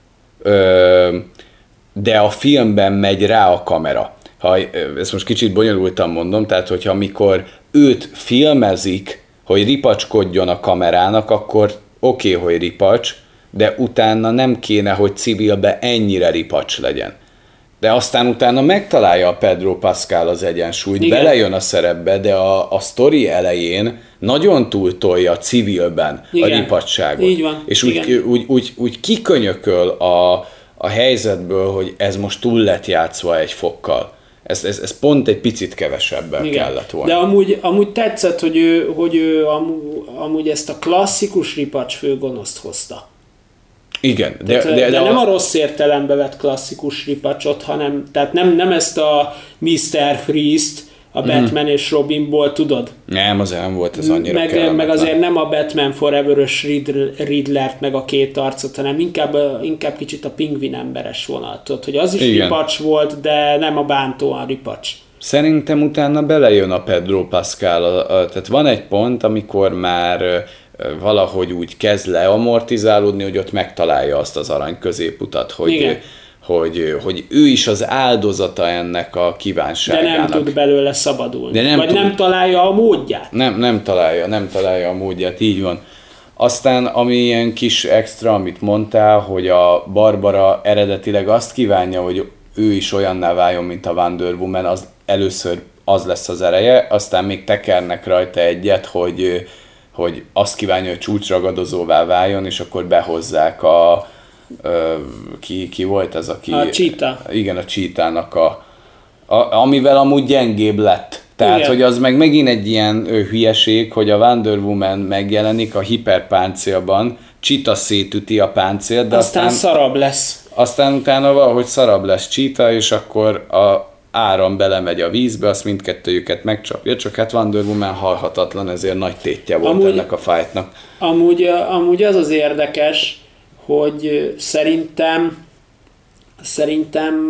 de a filmben megy rá a kamera. Ezt most kicsit bonyolultan mondom, tehát hogyha mikor őt filmezik, hogy ripacskodjon a kamerának, akkor oké, hogy ripacs, de utána nem kéne, hogy civilbe ennyire ripacs legyen. De aztán utána megtalálja a Pedro Pascal az egyensúlyt, igen. Belejön a szerepbe, de a sztori elején nagyon túltolja civilben igen. A ripacsságot. Így van. És úgy kikönyököl a helyzetből, hogy ez most túl lett játszva egy fokkal. Ez pont egy picit kevesebben igen. Kellett volna. De amúgy tetszett, hogy ő amúgy ezt a klasszikus ripacs főgonoszt hozta. Igen. De nem a rossz értelembe vett klasszikus ripacsot, hanem tehát nem ezt a Mr. Freeze-t a Batman és Robinból, tudod? Nem, azért nem volt ez annyira kellemetlen. Meg azért nem a Batman Forever-ös Riddlert meg a két arcot, hanem inkább kicsit a pingvin emberes vonal. Tudod, hogy az is igen. Ripacs volt, de nem a bántóan ripacs. Szerintem utána belejön a Pedro Pascal, tehát van egy pont, amikor már valahogy úgy kezd leamortizálódni, hogy ott megtalálja azt az arany középutat, hogy ő is az áldozata ennek a kívánságának. De nem tud belőle szabadulni. Nem találja a módját. Nem találja a módját, így van. Aztán, ami ilyen kis extra, amit mondtál, hogy a Barbara eredetileg azt kívánja, hogy ő is olyanná váljon, mint a Wonder Woman, az először az lesz az ereje, aztán még tekernek rajta egyet, hogy azt kívánja, hogy csúcsragadozóvá váljon, és akkor behozzák ki volt ez, aki... A Cheetah. Igen, a Cheetahnak amivel amúgy gyengébb lett. Tehát, igen. Hogy az megint egy ilyen hülyeség, hogy a Wonder Woman megjelenik a hiperpáncélban, Cheetah szétüti a páncélt, de aztán szarabb lesz. Aztán utána valahogy szarabb lesz Cheetah, és akkor a áram belemegy a vízbe, azt mindkettőjüket megcsapja, csak hát Wonder Woman halhatatlan, ezért nagy tétje volt ennek a fightnak. Amúgy az érdekes, hogy szerintem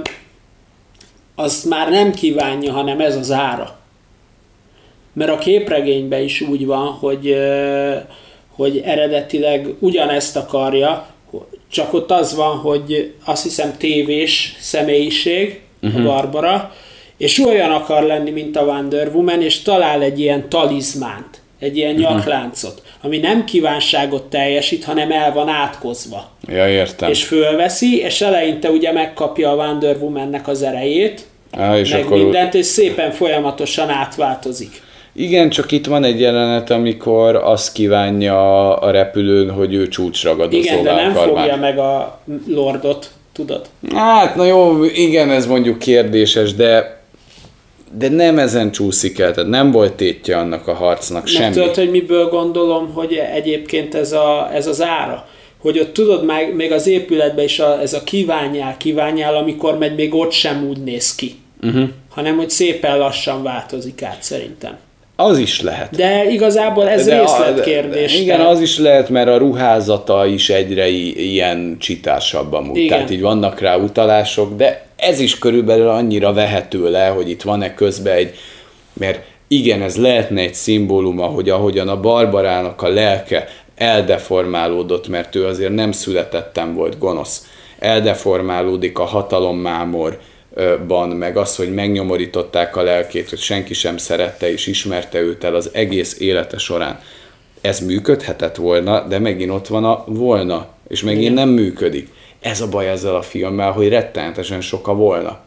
azt már nem kívánja, hanem ez az ára. Mert a képregényben is úgy van, hogy eredetileg ugyanezt akarja, csak ott az van, hogy azt hiszem tévés személyiség, a Barbara, és olyan akar lenni, mint a Wonder Woman, és talál egy ilyen talizmánt, egy ilyen nyakláncot, ami nem kívánságot teljesít, hanem el van átkozva. Ja, értem. És fölveszi, és eleinte ugye megkapja a Wonder Woman-nek az erejét, és meg akkor mindent, és szépen folyamatosan átváltozik. Igen, csak itt van egy jelenet, amikor azt kívánja a repülőn, hogy ő csúcsragadozóvá akar. Igen, de nem fogja meg a Lordot, tudod? Hát, na jó, igen, ez mondjuk kérdéses, de nem ezen csúszik el, tehát nem volt tétje annak a harcnak semmi. Tudod, hogy miből gondolom, hogy egyébként ez az ára? Hogy ott tudod, még az épületben is ez a kívánjál, amikor megy, még ott sem úgy néz ki. Hanem, hogy szépen lassan változik át szerintem. Az is lehet. De igazából ez részletkérdés. Igen, az is lehet, mert a ruházata is egyre ilyen csitásabb amúgy. Igen. Tehát így vannak rá utalások, de ez is körülbelül annyira vehető le, hogy itt van-e közben mert igen, ez lehetne egy szimbóluma, hogy ahogyan a Barbarának a lelke eldeformálódott, mert ő azért nem születettem volt gonosz. Eldeformálódik a hatalommámorban, meg az, hogy megnyomorították a lelkét, hogy senki sem szerette és ismerte őt el az egész élete során. Ez működhetett volna, de megint ott van a volna, és megint nem működik. Ez a baj ezzel a filmmel, hogy rettenetesen sok a volna.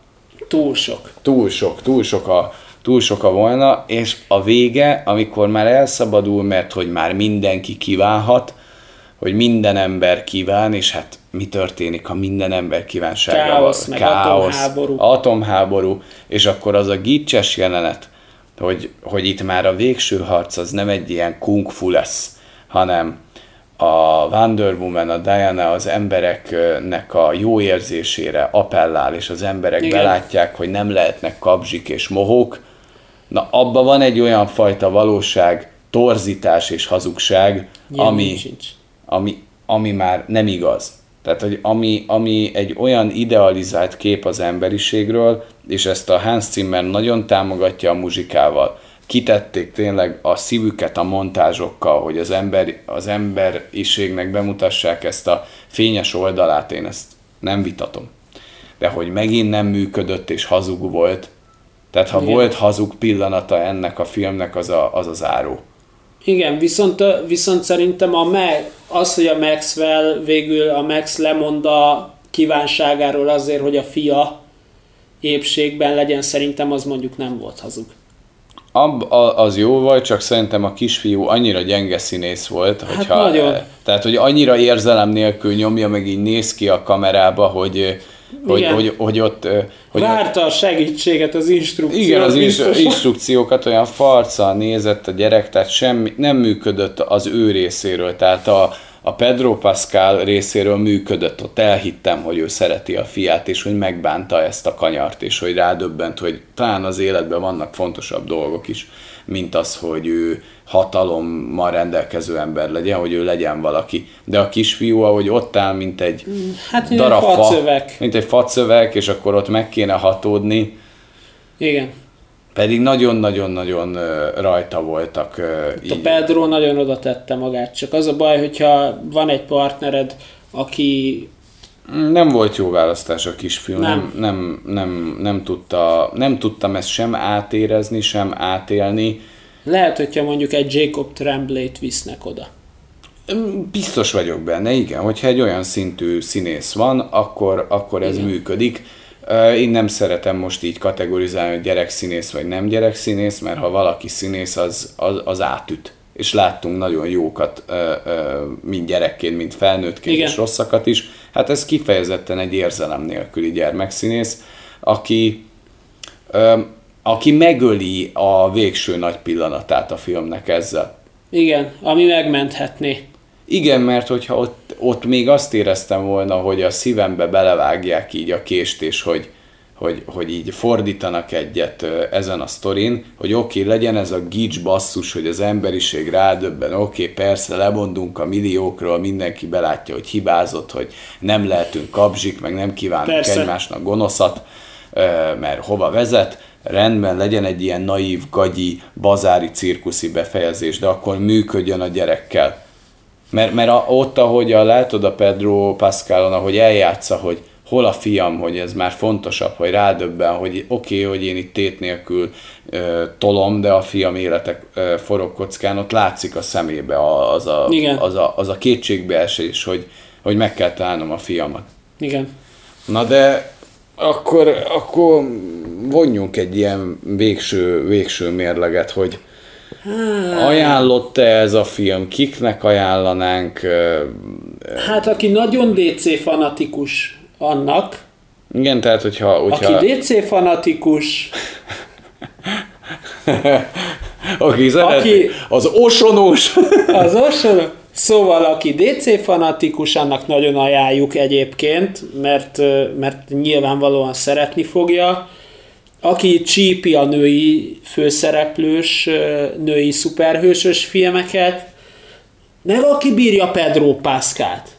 Túl sok a volna, és a vége, amikor már elszabadul, mert hogy már mindenki kívánhat, hogy minden ember kíván, és hát mi történik, ha minden ember kívánságával. Káosz, meg atomháború, és akkor az a gicses jelenet, hogy itt már a végső harc az nem egy ilyen kung fu lesz, hanem a Wonder Woman, a Diana az embereknek a jó érzésére appellál, és az emberek Igen. belátják, hogy nem lehetnek kabzsik és mohók. Na, abban van egy olyan fajta valóság, torzítás és hazugság, ami már nem igaz. Tehát, hogy ami egy olyan idealizált kép az emberiségről, és ezt a Hans Zimmer nagyon támogatja a muzsikával. Kitették tényleg a szívüket a montázsokkal, hogy az emberiségnek bemutassák ezt a fényes oldalát, én ezt nem vitatom. De hogy megint nem működött és hazug volt, tehát ha volt hazug pillanata ennek a filmnek, az záró. Igen, viszont szerintem az, hogy a Maxwell végül a Max lemond a kívánságáról azért, hogy a fia épségben legyen, szerintem az mondjuk nem volt hazug. Az jó volt, csak szerintem a kisfiú annyira gyenge színész volt, tehát hogy annyira érzelem nélkül nyomja, meg így néz ki a kamerába, hogy ott... Várta a segítséget, az instrukciót. Igen, az instrukciókat, olyan farccal nézett a gyerek, tehát semmi, nem működött az ő részéről, tehát a Pedro Pascal részéről működött, ott elhittem, hogy ő szereti a fiát, és hogy megbánta ezt a kanyart, és hogy rádöbbent, hogy talán az életben vannak fontosabb dolgok is, mint az, hogy ő hatalommal rendelkező ember legyen, hogy ő legyen valaki. De a kisfiú, ahogy ott áll, mint egy darab fa, mint egy facövek, és akkor ott meg kéne hatódni. Igen. Pedig nagyon-nagyon-nagyon rajta voltak. A Pedro nagyon oda tette magát, csak az a baj, hogyha van egy partnered, aki... Nem volt jó választás a kisfiú, nem tudtam ezt sem átérezni, sem átélni. Lehet, hogyha mondjuk egy Jacob Tremblay-t visznek oda. Biztos vagyok benne, igen, hogyha egy olyan szintű színész van, akkor ez működik. Én nem szeretem most így kategorizálni, hogy gyerekszínész vagy nem gyerekszínész, mert ha valaki színész, az átüt. És láttunk nagyon jókat, mind gyerekként, mind felnőttként, és rosszakat is. Hát ez kifejezetten egy érzelem nélküli gyermekszínész, aki megöli a végső nagy pillanatát a filmnek ezzel. Igen, ami megmenthetné. Igen, mert hogyha ott még azt éreztem volna, hogy a szívembe belevágják így a kést, és hogy így fordítanak egyet ezen a sztorin, hogy oké, legyen ez a gics basszus, hogy az emberiség rádöbben, oké, persze, lemondunk a milliókról, mindenki belátja, hogy hibázott, hogy nem lehetünk kabzsik, meg nem kívánunk egymásnak gonoszat, mert hova vezet, rendben, legyen egy ilyen naív, gagyi, bazári, cirkuszi befejezés, de akkor működjön a gyerekkel. Mert ott, ahogy látod a Pedro Pascalon, ahogy eljátsza, hogy hol a fiam, hogy ez már fontosabb, hogy rádöbben, hogy oké, hogy én itt tét nélkül tolom, de a fiam élete forog kockán, ott látszik a szemébe az a kétségbeesés, hogy meg kell találnom a fiamat. Igen. Na de akkor vonjunk egy ilyen végső mérleget, hogy ajánlott-e ez a film? Kiknek ajánlanánk? Hát aki nagyon DC fanatikus, annak. Igen, tehát hogyha... Aki DC fanatikus... aki az osonós... Az osonós... Szóval aki DC fanatikus, annak nagyon ajánljuk egyébként, mert nyilvánvalóan szeretni fogja. Aki csípi a női főszereplős, női szuperhősös filmeket, meg aki bírja Pedro Pascalt.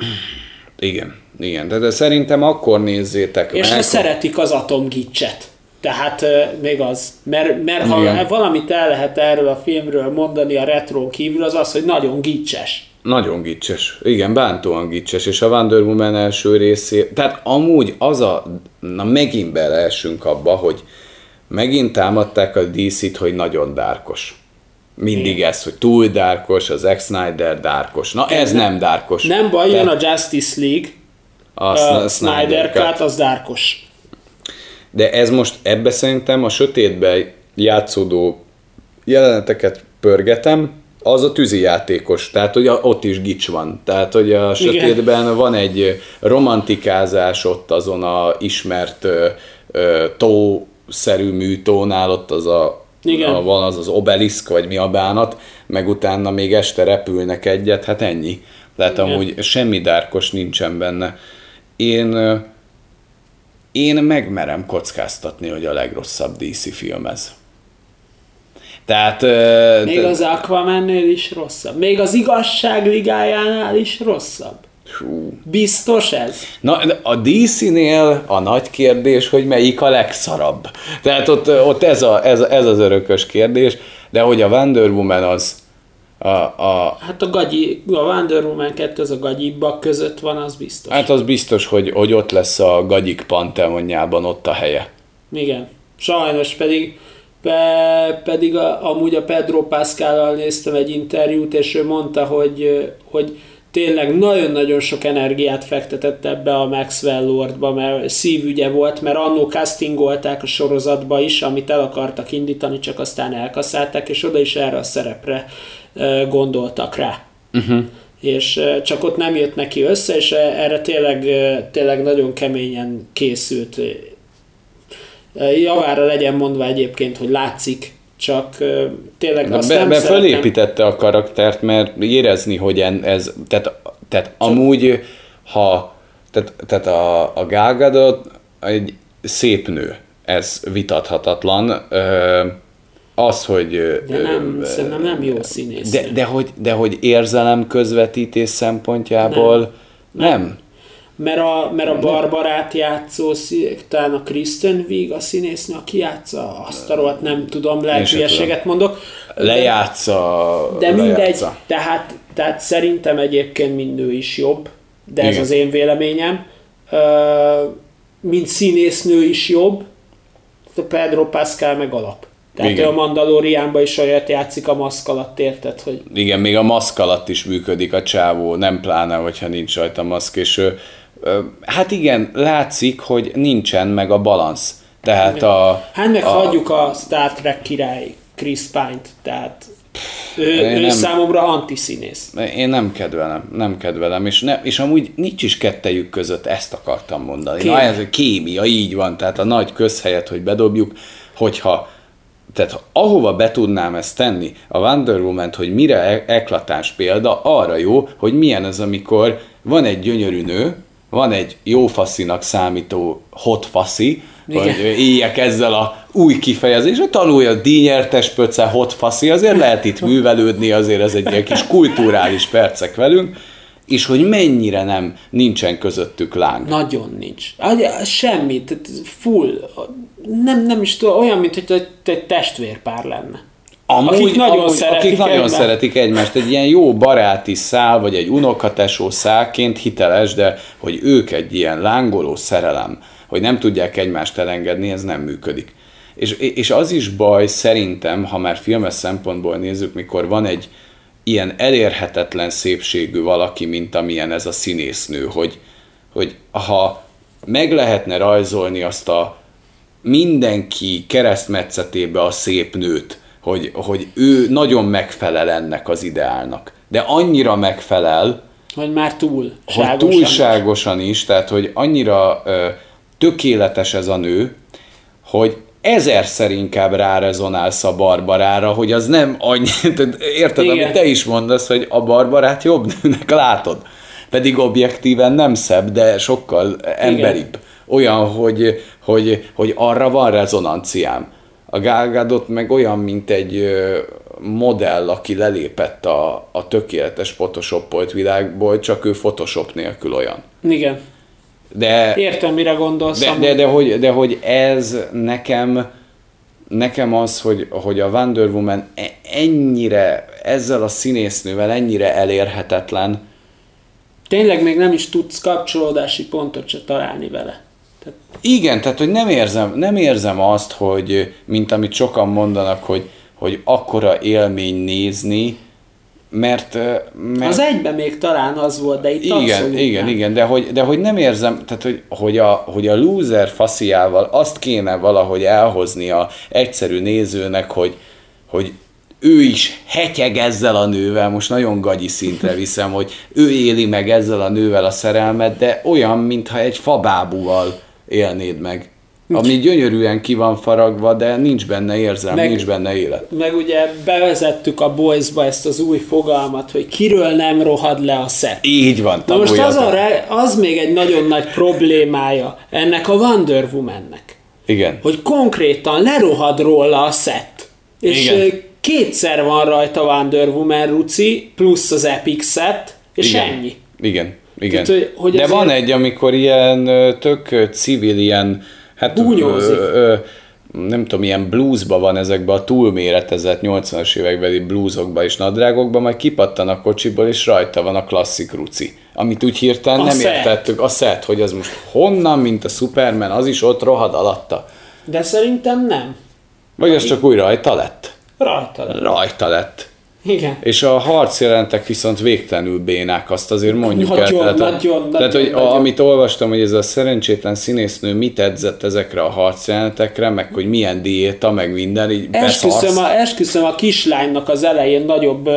Igen, de szerintem akkor nézzétek meg. És ha szeretik az atomgicset. Tehát még az. Mert ha valamit el lehet erről a filmről mondani a retrón kívül, az az, hogy nagyon gicses. Nagyon gicses. Igen, bántóan gicses. És a Wonder Woman első részé... Tehát amúgy na megint beleesünk abba, hogy megint támadták a DC-t, hogy nagyon dárkos. Mindig ez, hogy túl dárkos, az Zack Snyder dárkos. Na ez nem dárkos. Nem baj, jön a Justice League, a Snyder Cut, az dárkos. De ez most ebbe szerintem a sötétbe játszódó jeleneteket pörgetem, az a tűzijátékos, tehát hogy ott is gics van. Tehát, hogy a sötétben van egy romantikázás ott azon a ismert tószerű műtónál, ott az van az obeliszk, vagy mi a bánat, meg utána még este repülnek egyet, hát ennyi. Tehát amúgy semmi dárkos nincsen benne. Én megmerem kockáztatni, hogy a legrosszabb DC film ez. Tehát... Még az Aquamannél is rosszabb. Még az Igazság Ligájánál is rosszabb. Hú. Biztos ez? Na, a DC-nél a nagy kérdés, hogy melyik a legszarabb. Tehát ott ez az örökös kérdés, de hogy a Wonder Woman az... Hát a Wonder Woman 2 az a gagyibbak között van, az biztos. Hát az biztos, hogy ott lesz a gagyik panteonjában ott a helye. Igen. Sajnos pedig amúgy a Pedro Pascallal néztem egy interjút, és ő mondta, hogy tényleg nagyon-nagyon sok energiát fektetett ebbe a Maxwell Lordba, mert szívügye volt, mert annó castingolták a sorozatba is, amit el akartak indítani, csak aztán elkaszálták, és oda is erre a szerepre gondoltak rá. Uh-huh. És csak ott nem jött neki össze, és erre tényleg nagyon keményen készült. Javára legyen mondva egyébként, hogy látszik, csak tényleg azt nem szeretem. Fölépítette a karaktert, mert érezni, hogy ez, tehát amúgy, tehát a Gal Gadot egy szép nő, ez vitathatatlan. Az, hogy... Szerintem nem jó színész. De hogy érzelem közvetítés szempontjából nem. Mert a Barbarát játszó, talán a Kristen Wiig a színésznő, aki játsza, azt a rohadt nem tudom, lehet hülyeséget mondok. Lejátsza. De mindegy, tehát szerintem egyébként mind nő is jobb, de ez az én véleményem. Mint színésznő is jobb, a Pedro Pascal meg alap. Tehát a Mandalorianban is olyat játszik a maszk alatt, érted? Hogy... Igen, még a maszk alatt is működik a csávó, nem pláne, hogyha nincs rajta maszk, és hát igen, látszik, hogy nincsen meg a balansz. Tehát hagyjuk a Star Trek király Chris Pine-t, tehát ő számomra antiszínész. Én nem kedvelem, és amúgy nincs is kettejük között, ezt akartam mondani. Na, ez a kémia, így van, tehát a nagy közhelyet, hogy bedobjuk, tehát ahova be tudnám ezt tenni, a Wonder Woman-t, hogy mire eklatáns példa, arra jó, hogy milyen az, amikor van egy gyönyörű nő, van egy jó faszinak számító hot faszi, hogy éljek ezzel a új kifejezésre, tanulja a díjnyertes pöce hot faszi, azért lehet itt művelődni, azért ez egy ilyen kis kulturális percek velünk, és hogy mennyire nincsen közöttük láng. Nagyon nincs. Semmi, full. Nem is tudom, olyan, mint hogy egy testvérpár lenne. Akik nagyon szeretik egymást. Egy ilyen jó baráti szál, vagy egy unokatesó szálként hiteles, de hogy ők egy ilyen lángoló szerelem, hogy nem tudják egymást elengedni, ez nem működik. És az is baj szerintem, ha már filmes szempontból nézzük, mikor van egy ilyen elérhetetlen szépségű valaki, mint amilyen ez a színésznő, hogy ha meg lehetne rajzolni azt a mindenki keresztmetszetébe a szép nőt, hogy ő nagyon megfelel ennek az ideálnak. De annyira megfelel, hogy már túlságosan is, tehát hogy annyira tökéletes ez a nő, hogy ezerszer inkább rárezonálsz a Barbarára, hogy az nem annyi, érted, igen, amit te is mondasz, hogy a Barbarát jobb nőnek látod. Pedig objektíven nem szebb, de sokkal emberibb. Igen. Olyan, hogy arra van rezonanciám. A Gal Gadot meg olyan, mint egy modell, aki lelépett a tökéletes photoshopolt világból, csak ő photoshop nélkül olyan. Igen. Értem, mire gondolsz. De hogy ez nekem az, hogy a Wonder Woman ennyire, ezzel a színésznővel ennyire elérhetetlen. Tényleg még nem is tudsz kapcsolódási pontot se találni vele. Igen, tehát hogy nem érzem azt, hogy mint amit sokan mondanak, hogy akkora élmény nézni, mert az egyben még talán az volt, de itt abszolút igen, de hogy nem érzem, tehát hogy a loser fasziával azt kéne valahogy elhozni a egyszerű nézőnek, hogy ő is hetyeg ezzel a nővel, most nagyon gagyi szintre viszem, hogy ő éli meg ezzel a nővel a szerelmet, de olyan, mintha egy fabábúval élnéd meg. Ami gyönyörűen ki van faragva, de nincs benne érzelem, nincs benne élet. Meg ugye bevezettük a Boys-ba ezt az új fogalmat, hogy kiről nem rohad le a szett. Így van. Na most az még egy nagyon nagy problémája ennek a Wonder Woman-nek. Igen. Hogy konkrétan lerohad róla a szett. És igen. Kétszer van rajta Wonder Woman ruci, plusz az Epic set, és igen. Ennyi. Igen. Igen. Tehát, hogy de van egy, amikor ilyen tök civil, ilyen hát nem tudom, ilyen bluesba van ezekben a túlméretezett 80-as évekbeli bluesokban és nadrágokban, majd kipattan a kocsiból, és rajta van a klasszik ruci. Amit úgy hirtelen nem értettük, a set, hogy az most honnan, mint a Superman, az is ott rohad alatta. De szerintem nem. Vagy az csak úgy rajta lett? Rajta lett. Igen. És a harcjelentek viszont végtelenül bénák, azt azért mondjuk el. Tehát, hogy amit olvastam, hogy ez a szerencsétlen színésznő mit edzett ezekre a harcjelentekre, meg hogy milyen diéta, meg minden, így esküszöm a kislánynak az elején nagyobb,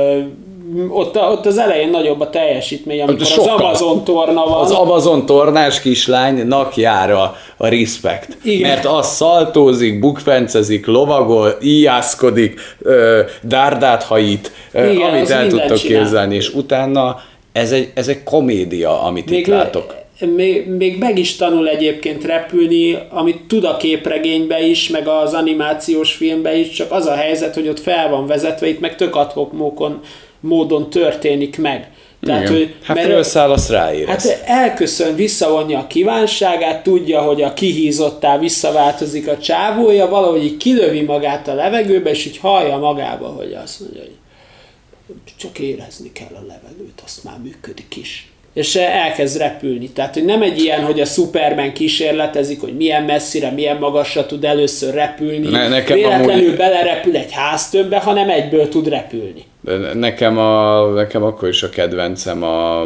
ott az elején nagyobb a teljesítmény, amikor az Amazon torna van. Az Amazon tornás kislánynak jár a respekt. Igen. Mert az szaltózik, bukfencezik, lovagol, íjászkodik, dárdát hajít, igen, amit el tudtok képzelni, és utána ez egy komédia, amit itt látok. Még meg is tanul egyébként repülni, amit tud a képregénybe is, meg az animációs filmbe is, csak az a helyzet, hogy ott fel van vezetve, itt meg tök ad-hoc módon történik meg. Tehát, hogy, hát felszáll, azt ráérez. Hát elköszön, visszavonja a kívánságát, tudja, hogy a kihízottá visszaváltozik a csávója, valahogy így kilövi magát a levegőbe, és így hallja magába, hogy azt mondja, hogy csak érezni kell a levegőt, azt már működik is. És elkezd repülni. Tehát, hogy nem egy ilyen, hogy a Superman kísérletezik, hogy milyen messzire, milyen magasra tud először repülni. Véletlenül belerepül egy háztömbbe, hanem egyből tud repülni. Nekem akkor is a kedvencem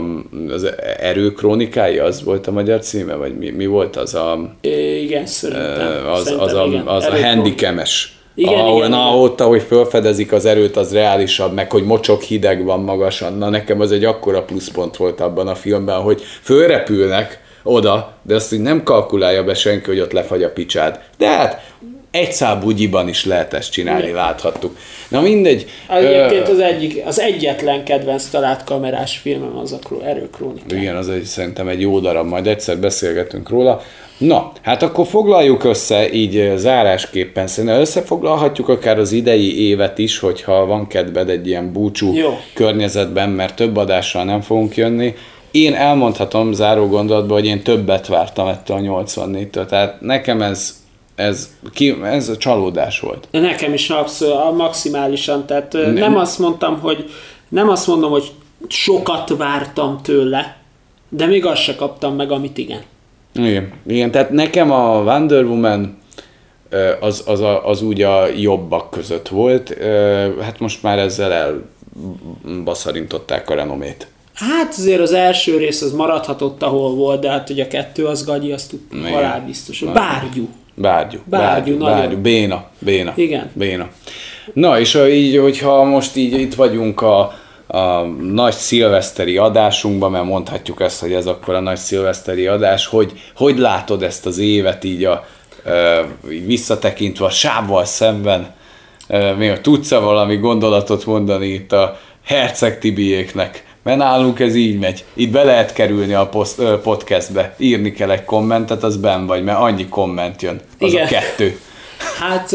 az Erő krónikái, az volt a magyar címe, vagy mi volt az a... Igen, szerintem. Az a handicames. Igen. Ott, ahogy felfedezik az erőt, az reálisabb, meg hogy mocsok hideg van magasan. Na nekem az egy akkora pluszpont volt abban a filmben, hogy fölrepülnek oda, de azt így nem kalkulálja be senki, hogy ott lefagy a picsád. De hát egy szál bugyiban is lehet ezt csinálni, igen. Láthattuk. Na mindegy. Egyébként az egyetlen kedvenc talált kamerás filmem az a Erő krónikája. Igen, az szerintem egy jó darab, majd egyszer beszélgetünk róla. Na, hát akkor foglaljuk össze így zárásképpen. Szerintem összefoglalhatjuk akár az idei évet is, hogyha van kedved egy ilyen búcsú környezetben, mert több adással nem fogunk jönni. Én elmondhatom záró gondolatban, hogy én többet vártam ettől a 84-től. Tehát nekem ez a csalódás volt. Nekem is abszolút maximálisan. Tehát nem azt mondom, hogy sokat vártam tőle, de még azt se kaptam meg, amit igen. Igen, tehát nekem a Wonder Woman az úgy a jobbak között volt, hát most már ezzel elbaszarintották a renomét. Hát azért az első rész az maradhatott, ahol volt, de hát ugye a 2 az gagyi, azt halálbiztos. Bárgyú. Béna. Igen. Béna. Na, és így, hogyha most így itt vagyunk a nagy szilveszteri adásunkban, mert mondhatjuk ezt, hogy ez akkor a nagy szilveszteri adás, hogy látod ezt az évet így így visszatekintve a sávval szemben, még tudsz-e valami gondolatot mondani itt a Herceg Tibiéknek? Mert nálunk ez így megy. Itt be lehet kerülni a podcastbe, írni kell egy kommentet, az benn vagy, mert annyi komment jön. Az igen. A 2. Hát...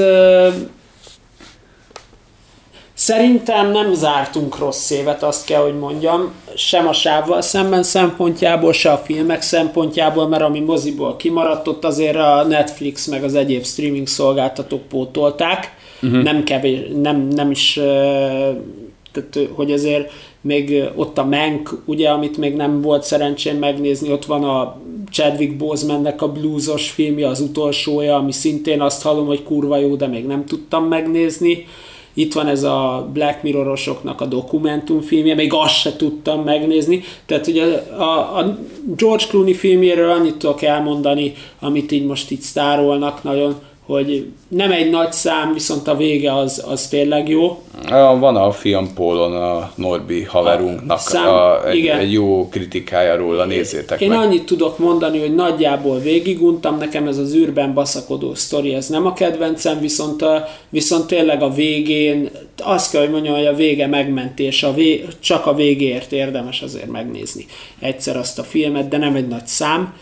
Szerintem nem zártunk rossz évet, azt kell, hogy mondjam, sem a sávval szemben szempontjából, se a filmek szempontjából, mert ami moziból kimaradt, ott azért a Netflix meg az egyéb streaming szolgáltatók pótolták, nem kevés, nem is, tehát, hogy azért még ott a Mank, ugye, amit még nem volt szerencsém megnézni, ott van a Chadwick Bosemannek a bluesos filmje, az utolsója, ami szintén azt hallom, hogy kurva jó, de még nem tudtam megnézni. Itt van ez a Black Mirrorosoknak a dokumentumfilmje, még azt se tudtam megnézni. Tehát ugye a George Clooney filmjéről annyit tudok elmondani, amit így most így sztárolnak nagyon, hogy nem egy nagy szám, viszont a vége az tényleg jó. Van a Filmpólon a Norbi haverunknak egy jó kritikája róla, nézzétek Én meg. annyit tudok mondani, hogy nagyjából végiguntam, nekem ez az űrben baszakodó sztori, ez nem a kedvencem, viszont tényleg a végén, azt kell, hogy mondjam, hogy a vége megmentés, csak a végéért érdemes azért megnézni egyszer azt a filmet, de nem egy nagy szám.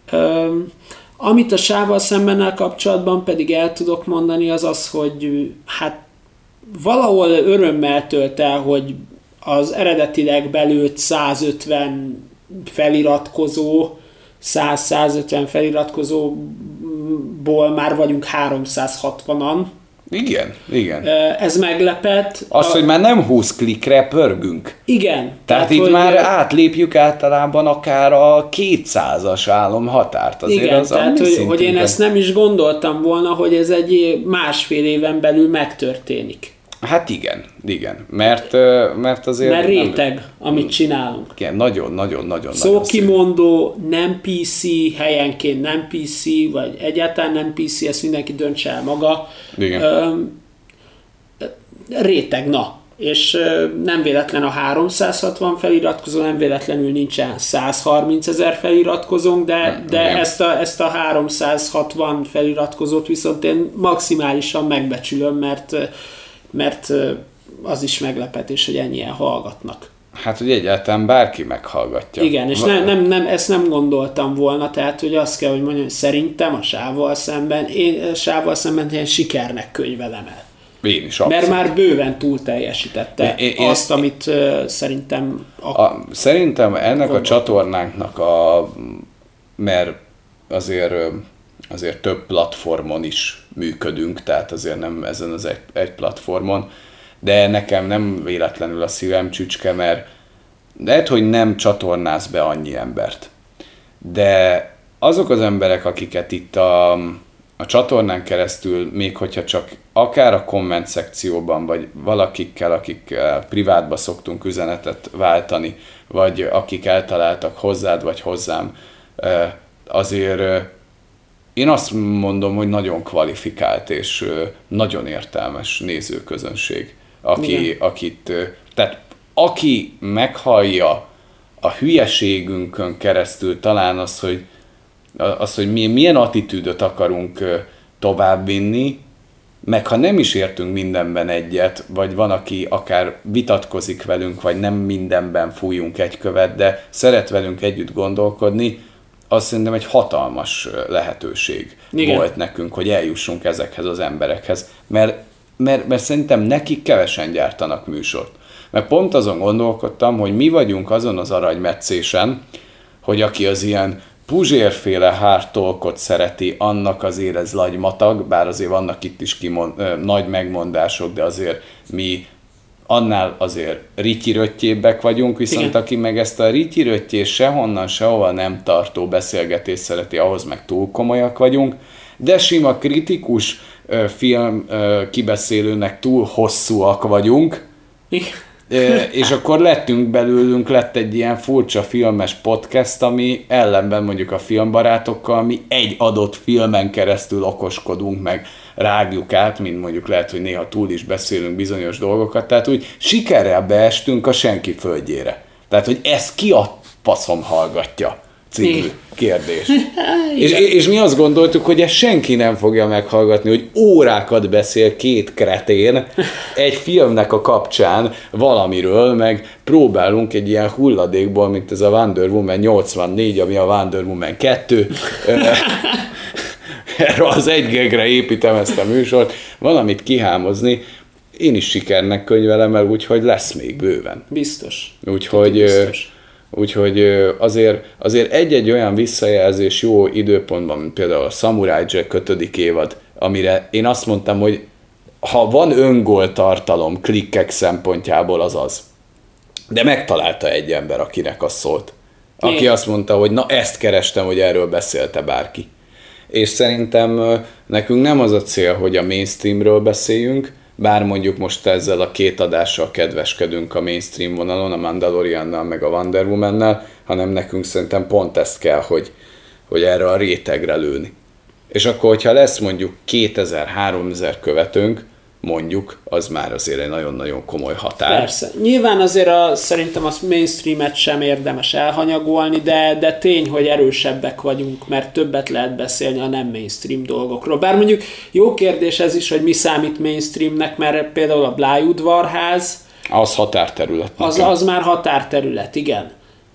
Amit a Sávval szembennel kapcsolatban pedig el tudok mondani, az az, hogy hát valahol örömmel tölt el, hogy az eredetileg belőtt 150 feliratkozó, 100-150 feliratkozóból már vagyunk 360-an. Igen. Ez meglepett. Hogy már nem 20 klikre pörgünk. Igen. Tehát itt már átlépjük általában akár a 200-as álomhatárt. Azért igen, az tehát hogy én ezt nem is gondoltam volna, hogy ez egy másfél éven belül megtörténik. Hát igen. Mert azért... Mert réteg, amit csinálunk. Igen, nagyon Szókimondó, nem PC, helyenként nem PC, vagy egyáltalán nem PC, ezt mindenki döntse el maga. Igen. Réteg, na. És nem véletlen a 360 feliratkozó, nem véletlenül nincsen 130 000 feliratkozónk, de ezt a 360 feliratkozót viszont én maximálisan megbecsülöm, mert az is meglepetés, hogy ennyien hallgatnak. Hát, hogy egyáltalán bárki meghallgatja. Igen, és ezt nem gondoltam volna, tehát, hogy azt kell, hogy mondjam, hogy szerintem a Sávval szemben ilyen sikernek könyvelem el. Én is abszolút. Mert már bőven túl teljesítette azt, amit szerintem... Szerintem ennek a csatornánknak mert azért több platformon is működünk, tehát azért nem ezen az egy platformon, de nekem nem véletlenül a szívem csücske, mert lehet, hogy nem csatornáz be annyi embert. De azok az emberek, akiket itt a csatornán keresztül, még hogyha csak akár a komment szekcióban, vagy valakikkel, akik privátba szoktunk üzenetet váltani, vagy akik eltaláltak hozzád, vagy hozzám, azért én azt mondom, hogy nagyon kvalifikált és nagyon értelmes nézőközönség, aki meghallja a hülyeségünkön keresztül talán az, hogy milyen attitűdöt akarunk továbbvinni, meg ha nem is értünk mindenben egyet, vagy van, aki akár vitatkozik velünk, vagy nem mindenben fújunk egy követ, de szeret velünk együtt gondolkodni, az szerintem egy hatalmas lehetőség volt nekünk, hogy eljussunk ezekhez az emberekhez. Mert szerintem nekik kevesen gyártanak műsort. Mert pont azon gondolkodtam, hogy mi vagyunk azon az aranymetszésen, hogy aki az ilyen Puzsérféle hard talkot szereti, annak azért ez lagymatag, bár azért vannak itt is nagy megmondások, de azért mi annál azért rityiröttyébbek vagyunk, viszont igen, aki meg ezt a rityiröttyés sehonnan, sehova nem tartó beszélgetést szereti, ahhoz meg túl komolyak vagyunk, de sima kritikus film kibeszélőnek túl hosszúak vagyunk, és akkor lett egy ilyen furcsa filmes podcast, ami ellenben mondjuk a filmbarátokkal mi egy adott filmen keresztül okoskodunk, meg rágjuk át, mint mondjuk lehet, hogy néha túl is beszélünk bizonyos dolgokat, tehát úgy sikerrel beestünk a senki földjére. Tehát, hogy ezt ki a faszom hallgatja című kérdés. és mi azt gondoltuk, hogy ezt senki nem fogja meghallgatni, hogy órákat beszél két kretén egy filmnek a kapcsán valamiről, meg próbálunk egy ilyen hulladékból, mint ez a Wonder Woman 84, ami a Wonder Woman 2. Erről az egy gegre építem ezt a műsort, valamit kihámozni. Én is sikernek könyvelem el, úgyhogy lesz még bőven. Biztos. Úgyhogy azért egy-egy olyan visszajelzés jó időpontban, mint például a Samurai Jack 5. évad, amire én azt mondtam, hogy ha van öngól tartalom klikkek szempontjából, az. De megtalálta egy ember, akinek az szólt. Aki azt mondta, hogy na ezt kerestem, hogy erről beszélte bárki. És szerintem nekünk nem az a cél, hogy a mainstreamről beszéljünk, bár mondjuk most ezzel a két adással kedveskedünk a mainstream vonalon, a Mandaloriannal meg a Wonder Womannal, hanem nekünk szerintem pont ezt kell, hogy erre a rétegre lőni. és akkor, hogyha lesz mondjuk 2000-3000 követőnk, mondjuk, az már azért egy nagyon-nagyon komoly határ. Persze. Nyilván azért szerintem a mainstreamet sem érdemes elhanyagolni, de tény, hogy erősebbek vagyunk, mert többet lehet beszélni a nem mainstream dolgokról. Bár mondjuk jó kérdés ez is, hogy mi számít mainstreamnek, mert például a Blyudvarház az határterület. Az már határterület, igen.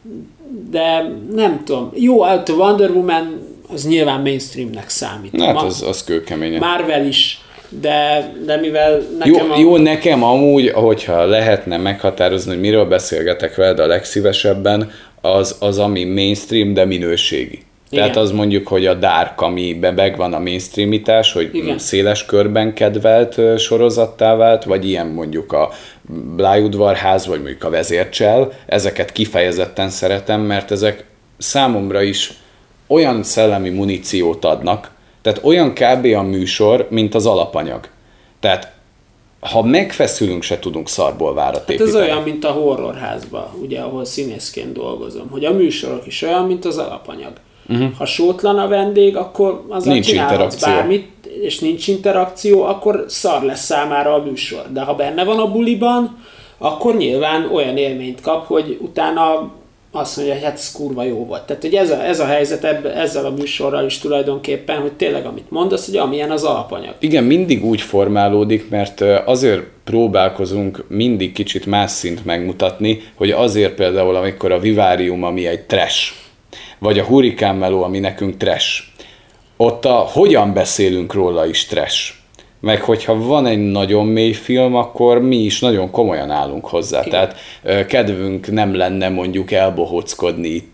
De nem tudom. Jó, a Wonder Woman az nyilván mainstreamnek számít. Hát az kőkeményen. Marvel is. De mivel nekem... Jó, nekem amúgy, hogyha lehetne meghatározni, hogy miről beszélgetek veled a legszívesebben, az ami mainstream, de minőségi. Igen. Tehát az mondjuk, hogy a Dark, amiben megvan a mainstreamitás, hogy igen, széles körben kedvelt sorozattá vált, vagy ilyen mondjuk a Blyudvarház, vagy mondjuk a Vezércsel, ezeket kifejezetten szeretem, mert ezek számomra is olyan szellemi muníciót adnak, tehát olyan kb. A műsor, mint az alapanyag. Tehát ha megfeszülünk, se tudunk szarból várat építeni. Ez olyan, mint a horrorházban, ugye, ahol színészként dolgozom, hogy a műsorok is olyan, mint az alapanyag. Ha sótlan a vendég, akkor azzal csinálhatsz bármit, és nincs interakció, akkor szar lesz számára a műsor. De ha benne van a buliban, akkor nyilván olyan élményt kap, hogy utána azt mondja, hogy hát ez kurva jó volt. Tehát, hogy ez a helyzet ezzel a műsorral is tulajdonképpen, hogy tényleg amit mondasz, hogy amilyen az alapanyag. Igen, mindig úgy formálódik, mert azért próbálkozunk mindig kicsit más szint megmutatni, hogy azért például, amikor a Vivarium, ami egy trash, vagy a Hurrikán Meló, ami nekünk trash, ott hogyan beszélünk róla is trash. Meg hogyha van egy nagyon mély film, akkor mi is nagyon komolyan állunk hozzá. Igen. Tehát kedvünk nem lenne mondjuk elbohóckodni itt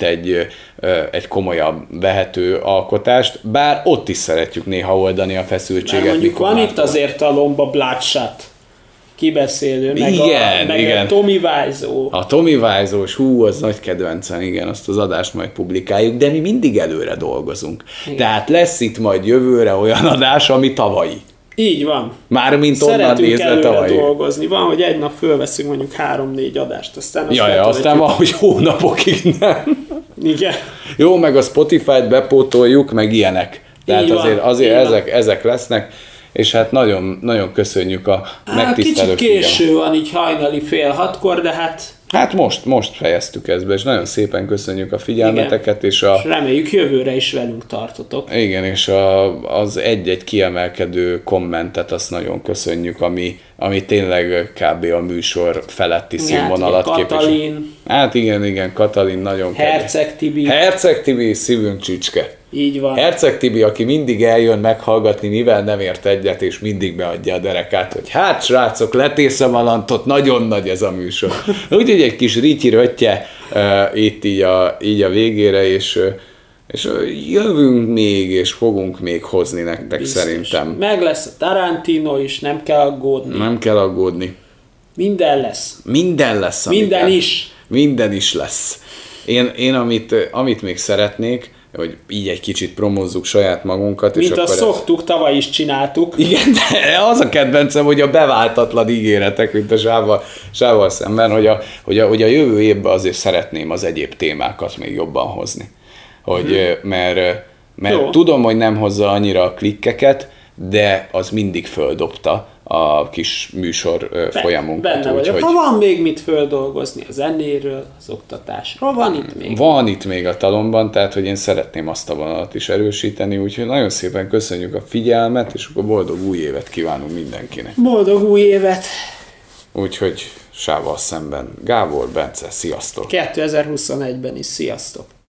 egy komolyabb vehető alkotást, bár ott is szeretjük néha oldani a feszültséget. Mert mondjuk van itt azért a lomba Bloodshot kibeszélő, meg a Tommy Wiseau. A Tommy Wiseau-s, az nagy kedvencem, igen, azt az adást majd publikáljuk, de mi mindig előre dolgozunk. Igen. Tehát lesz itt majd jövőre olyan adás, ami tavalyi. Így van. Mármint onnan nézve tavalyi. Dolgozni. Van, hogy egy nap fölveszünk mondjuk 3-4 adást, aztán... Aztán van, hogy hónapokig nem. Igen. Jó, meg a Spotify-t bepótoljuk, meg ilyenek. Tehát azért ezek lesznek, és hát nagyon, nagyon köszönjük a megtisztelő kicsit késő van, így hajnali 5:30, de Hát most fejeztük ezt be, és nagyon szépen köszönjük a figyelmeteket. Igen. És reméljük jövőre is velünk tartotok. Igen, és az egy-egy kiemelkedő kommentet azt nagyon köszönjük, ami tényleg kb. A műsor feletti színvonalat képvisel. Katalin. Hát igen, Katalin nagyon Herceg Tibi. Herceg Tibi, szívünk csücske. Így van. Herceg Tibi, aki mindig eljön meghallgatni, mivel nem ért egyet, és mindig beadja a derekát, hogy hát srácok, letészem a lantot, nagyon nagy ez a műsor. Úgyhogy egy kis rityi-röttye itt így a végére, és jövünk még, és fogunk még hozni nektek. Biztos. Szerintem. Meg lesz a Tarantino is, nem kell aggódni. Nem kell aggódni. Minden lesz. Minden lesz. Minden is lesz. Én amit még szeretnék, hogy így egy kicsit promózzuk saját magunkat. Mint azt szoktuk, tavaly is csináltuk. Igen, de az a kedvencem, hogy a beváltatlan ígéretek, mint a sávval szemben, hogy a jövő évben azért szeretném az egyéb témákat még jobban hozni. Mert tudom, hogy nem hozza annyira a klikkeket, de az mindig földobta a kis műsor folyamunkat. Benne vagyok. Ha van még mit földolgozni a zenéről, az oktatásról, van itt még. Van itt még a talomban, tehát hogy én szeretném azt a vonalat is erősíteni, úgyhogy nagyon szépen köszönjük a figyelmet, és akkor boldog új évet kívánunk mindenkinek. Boldog új évet! Úgyhogy Sávval szemben Gábor, Bence, sziasztok! 2021-ben is sziasztok!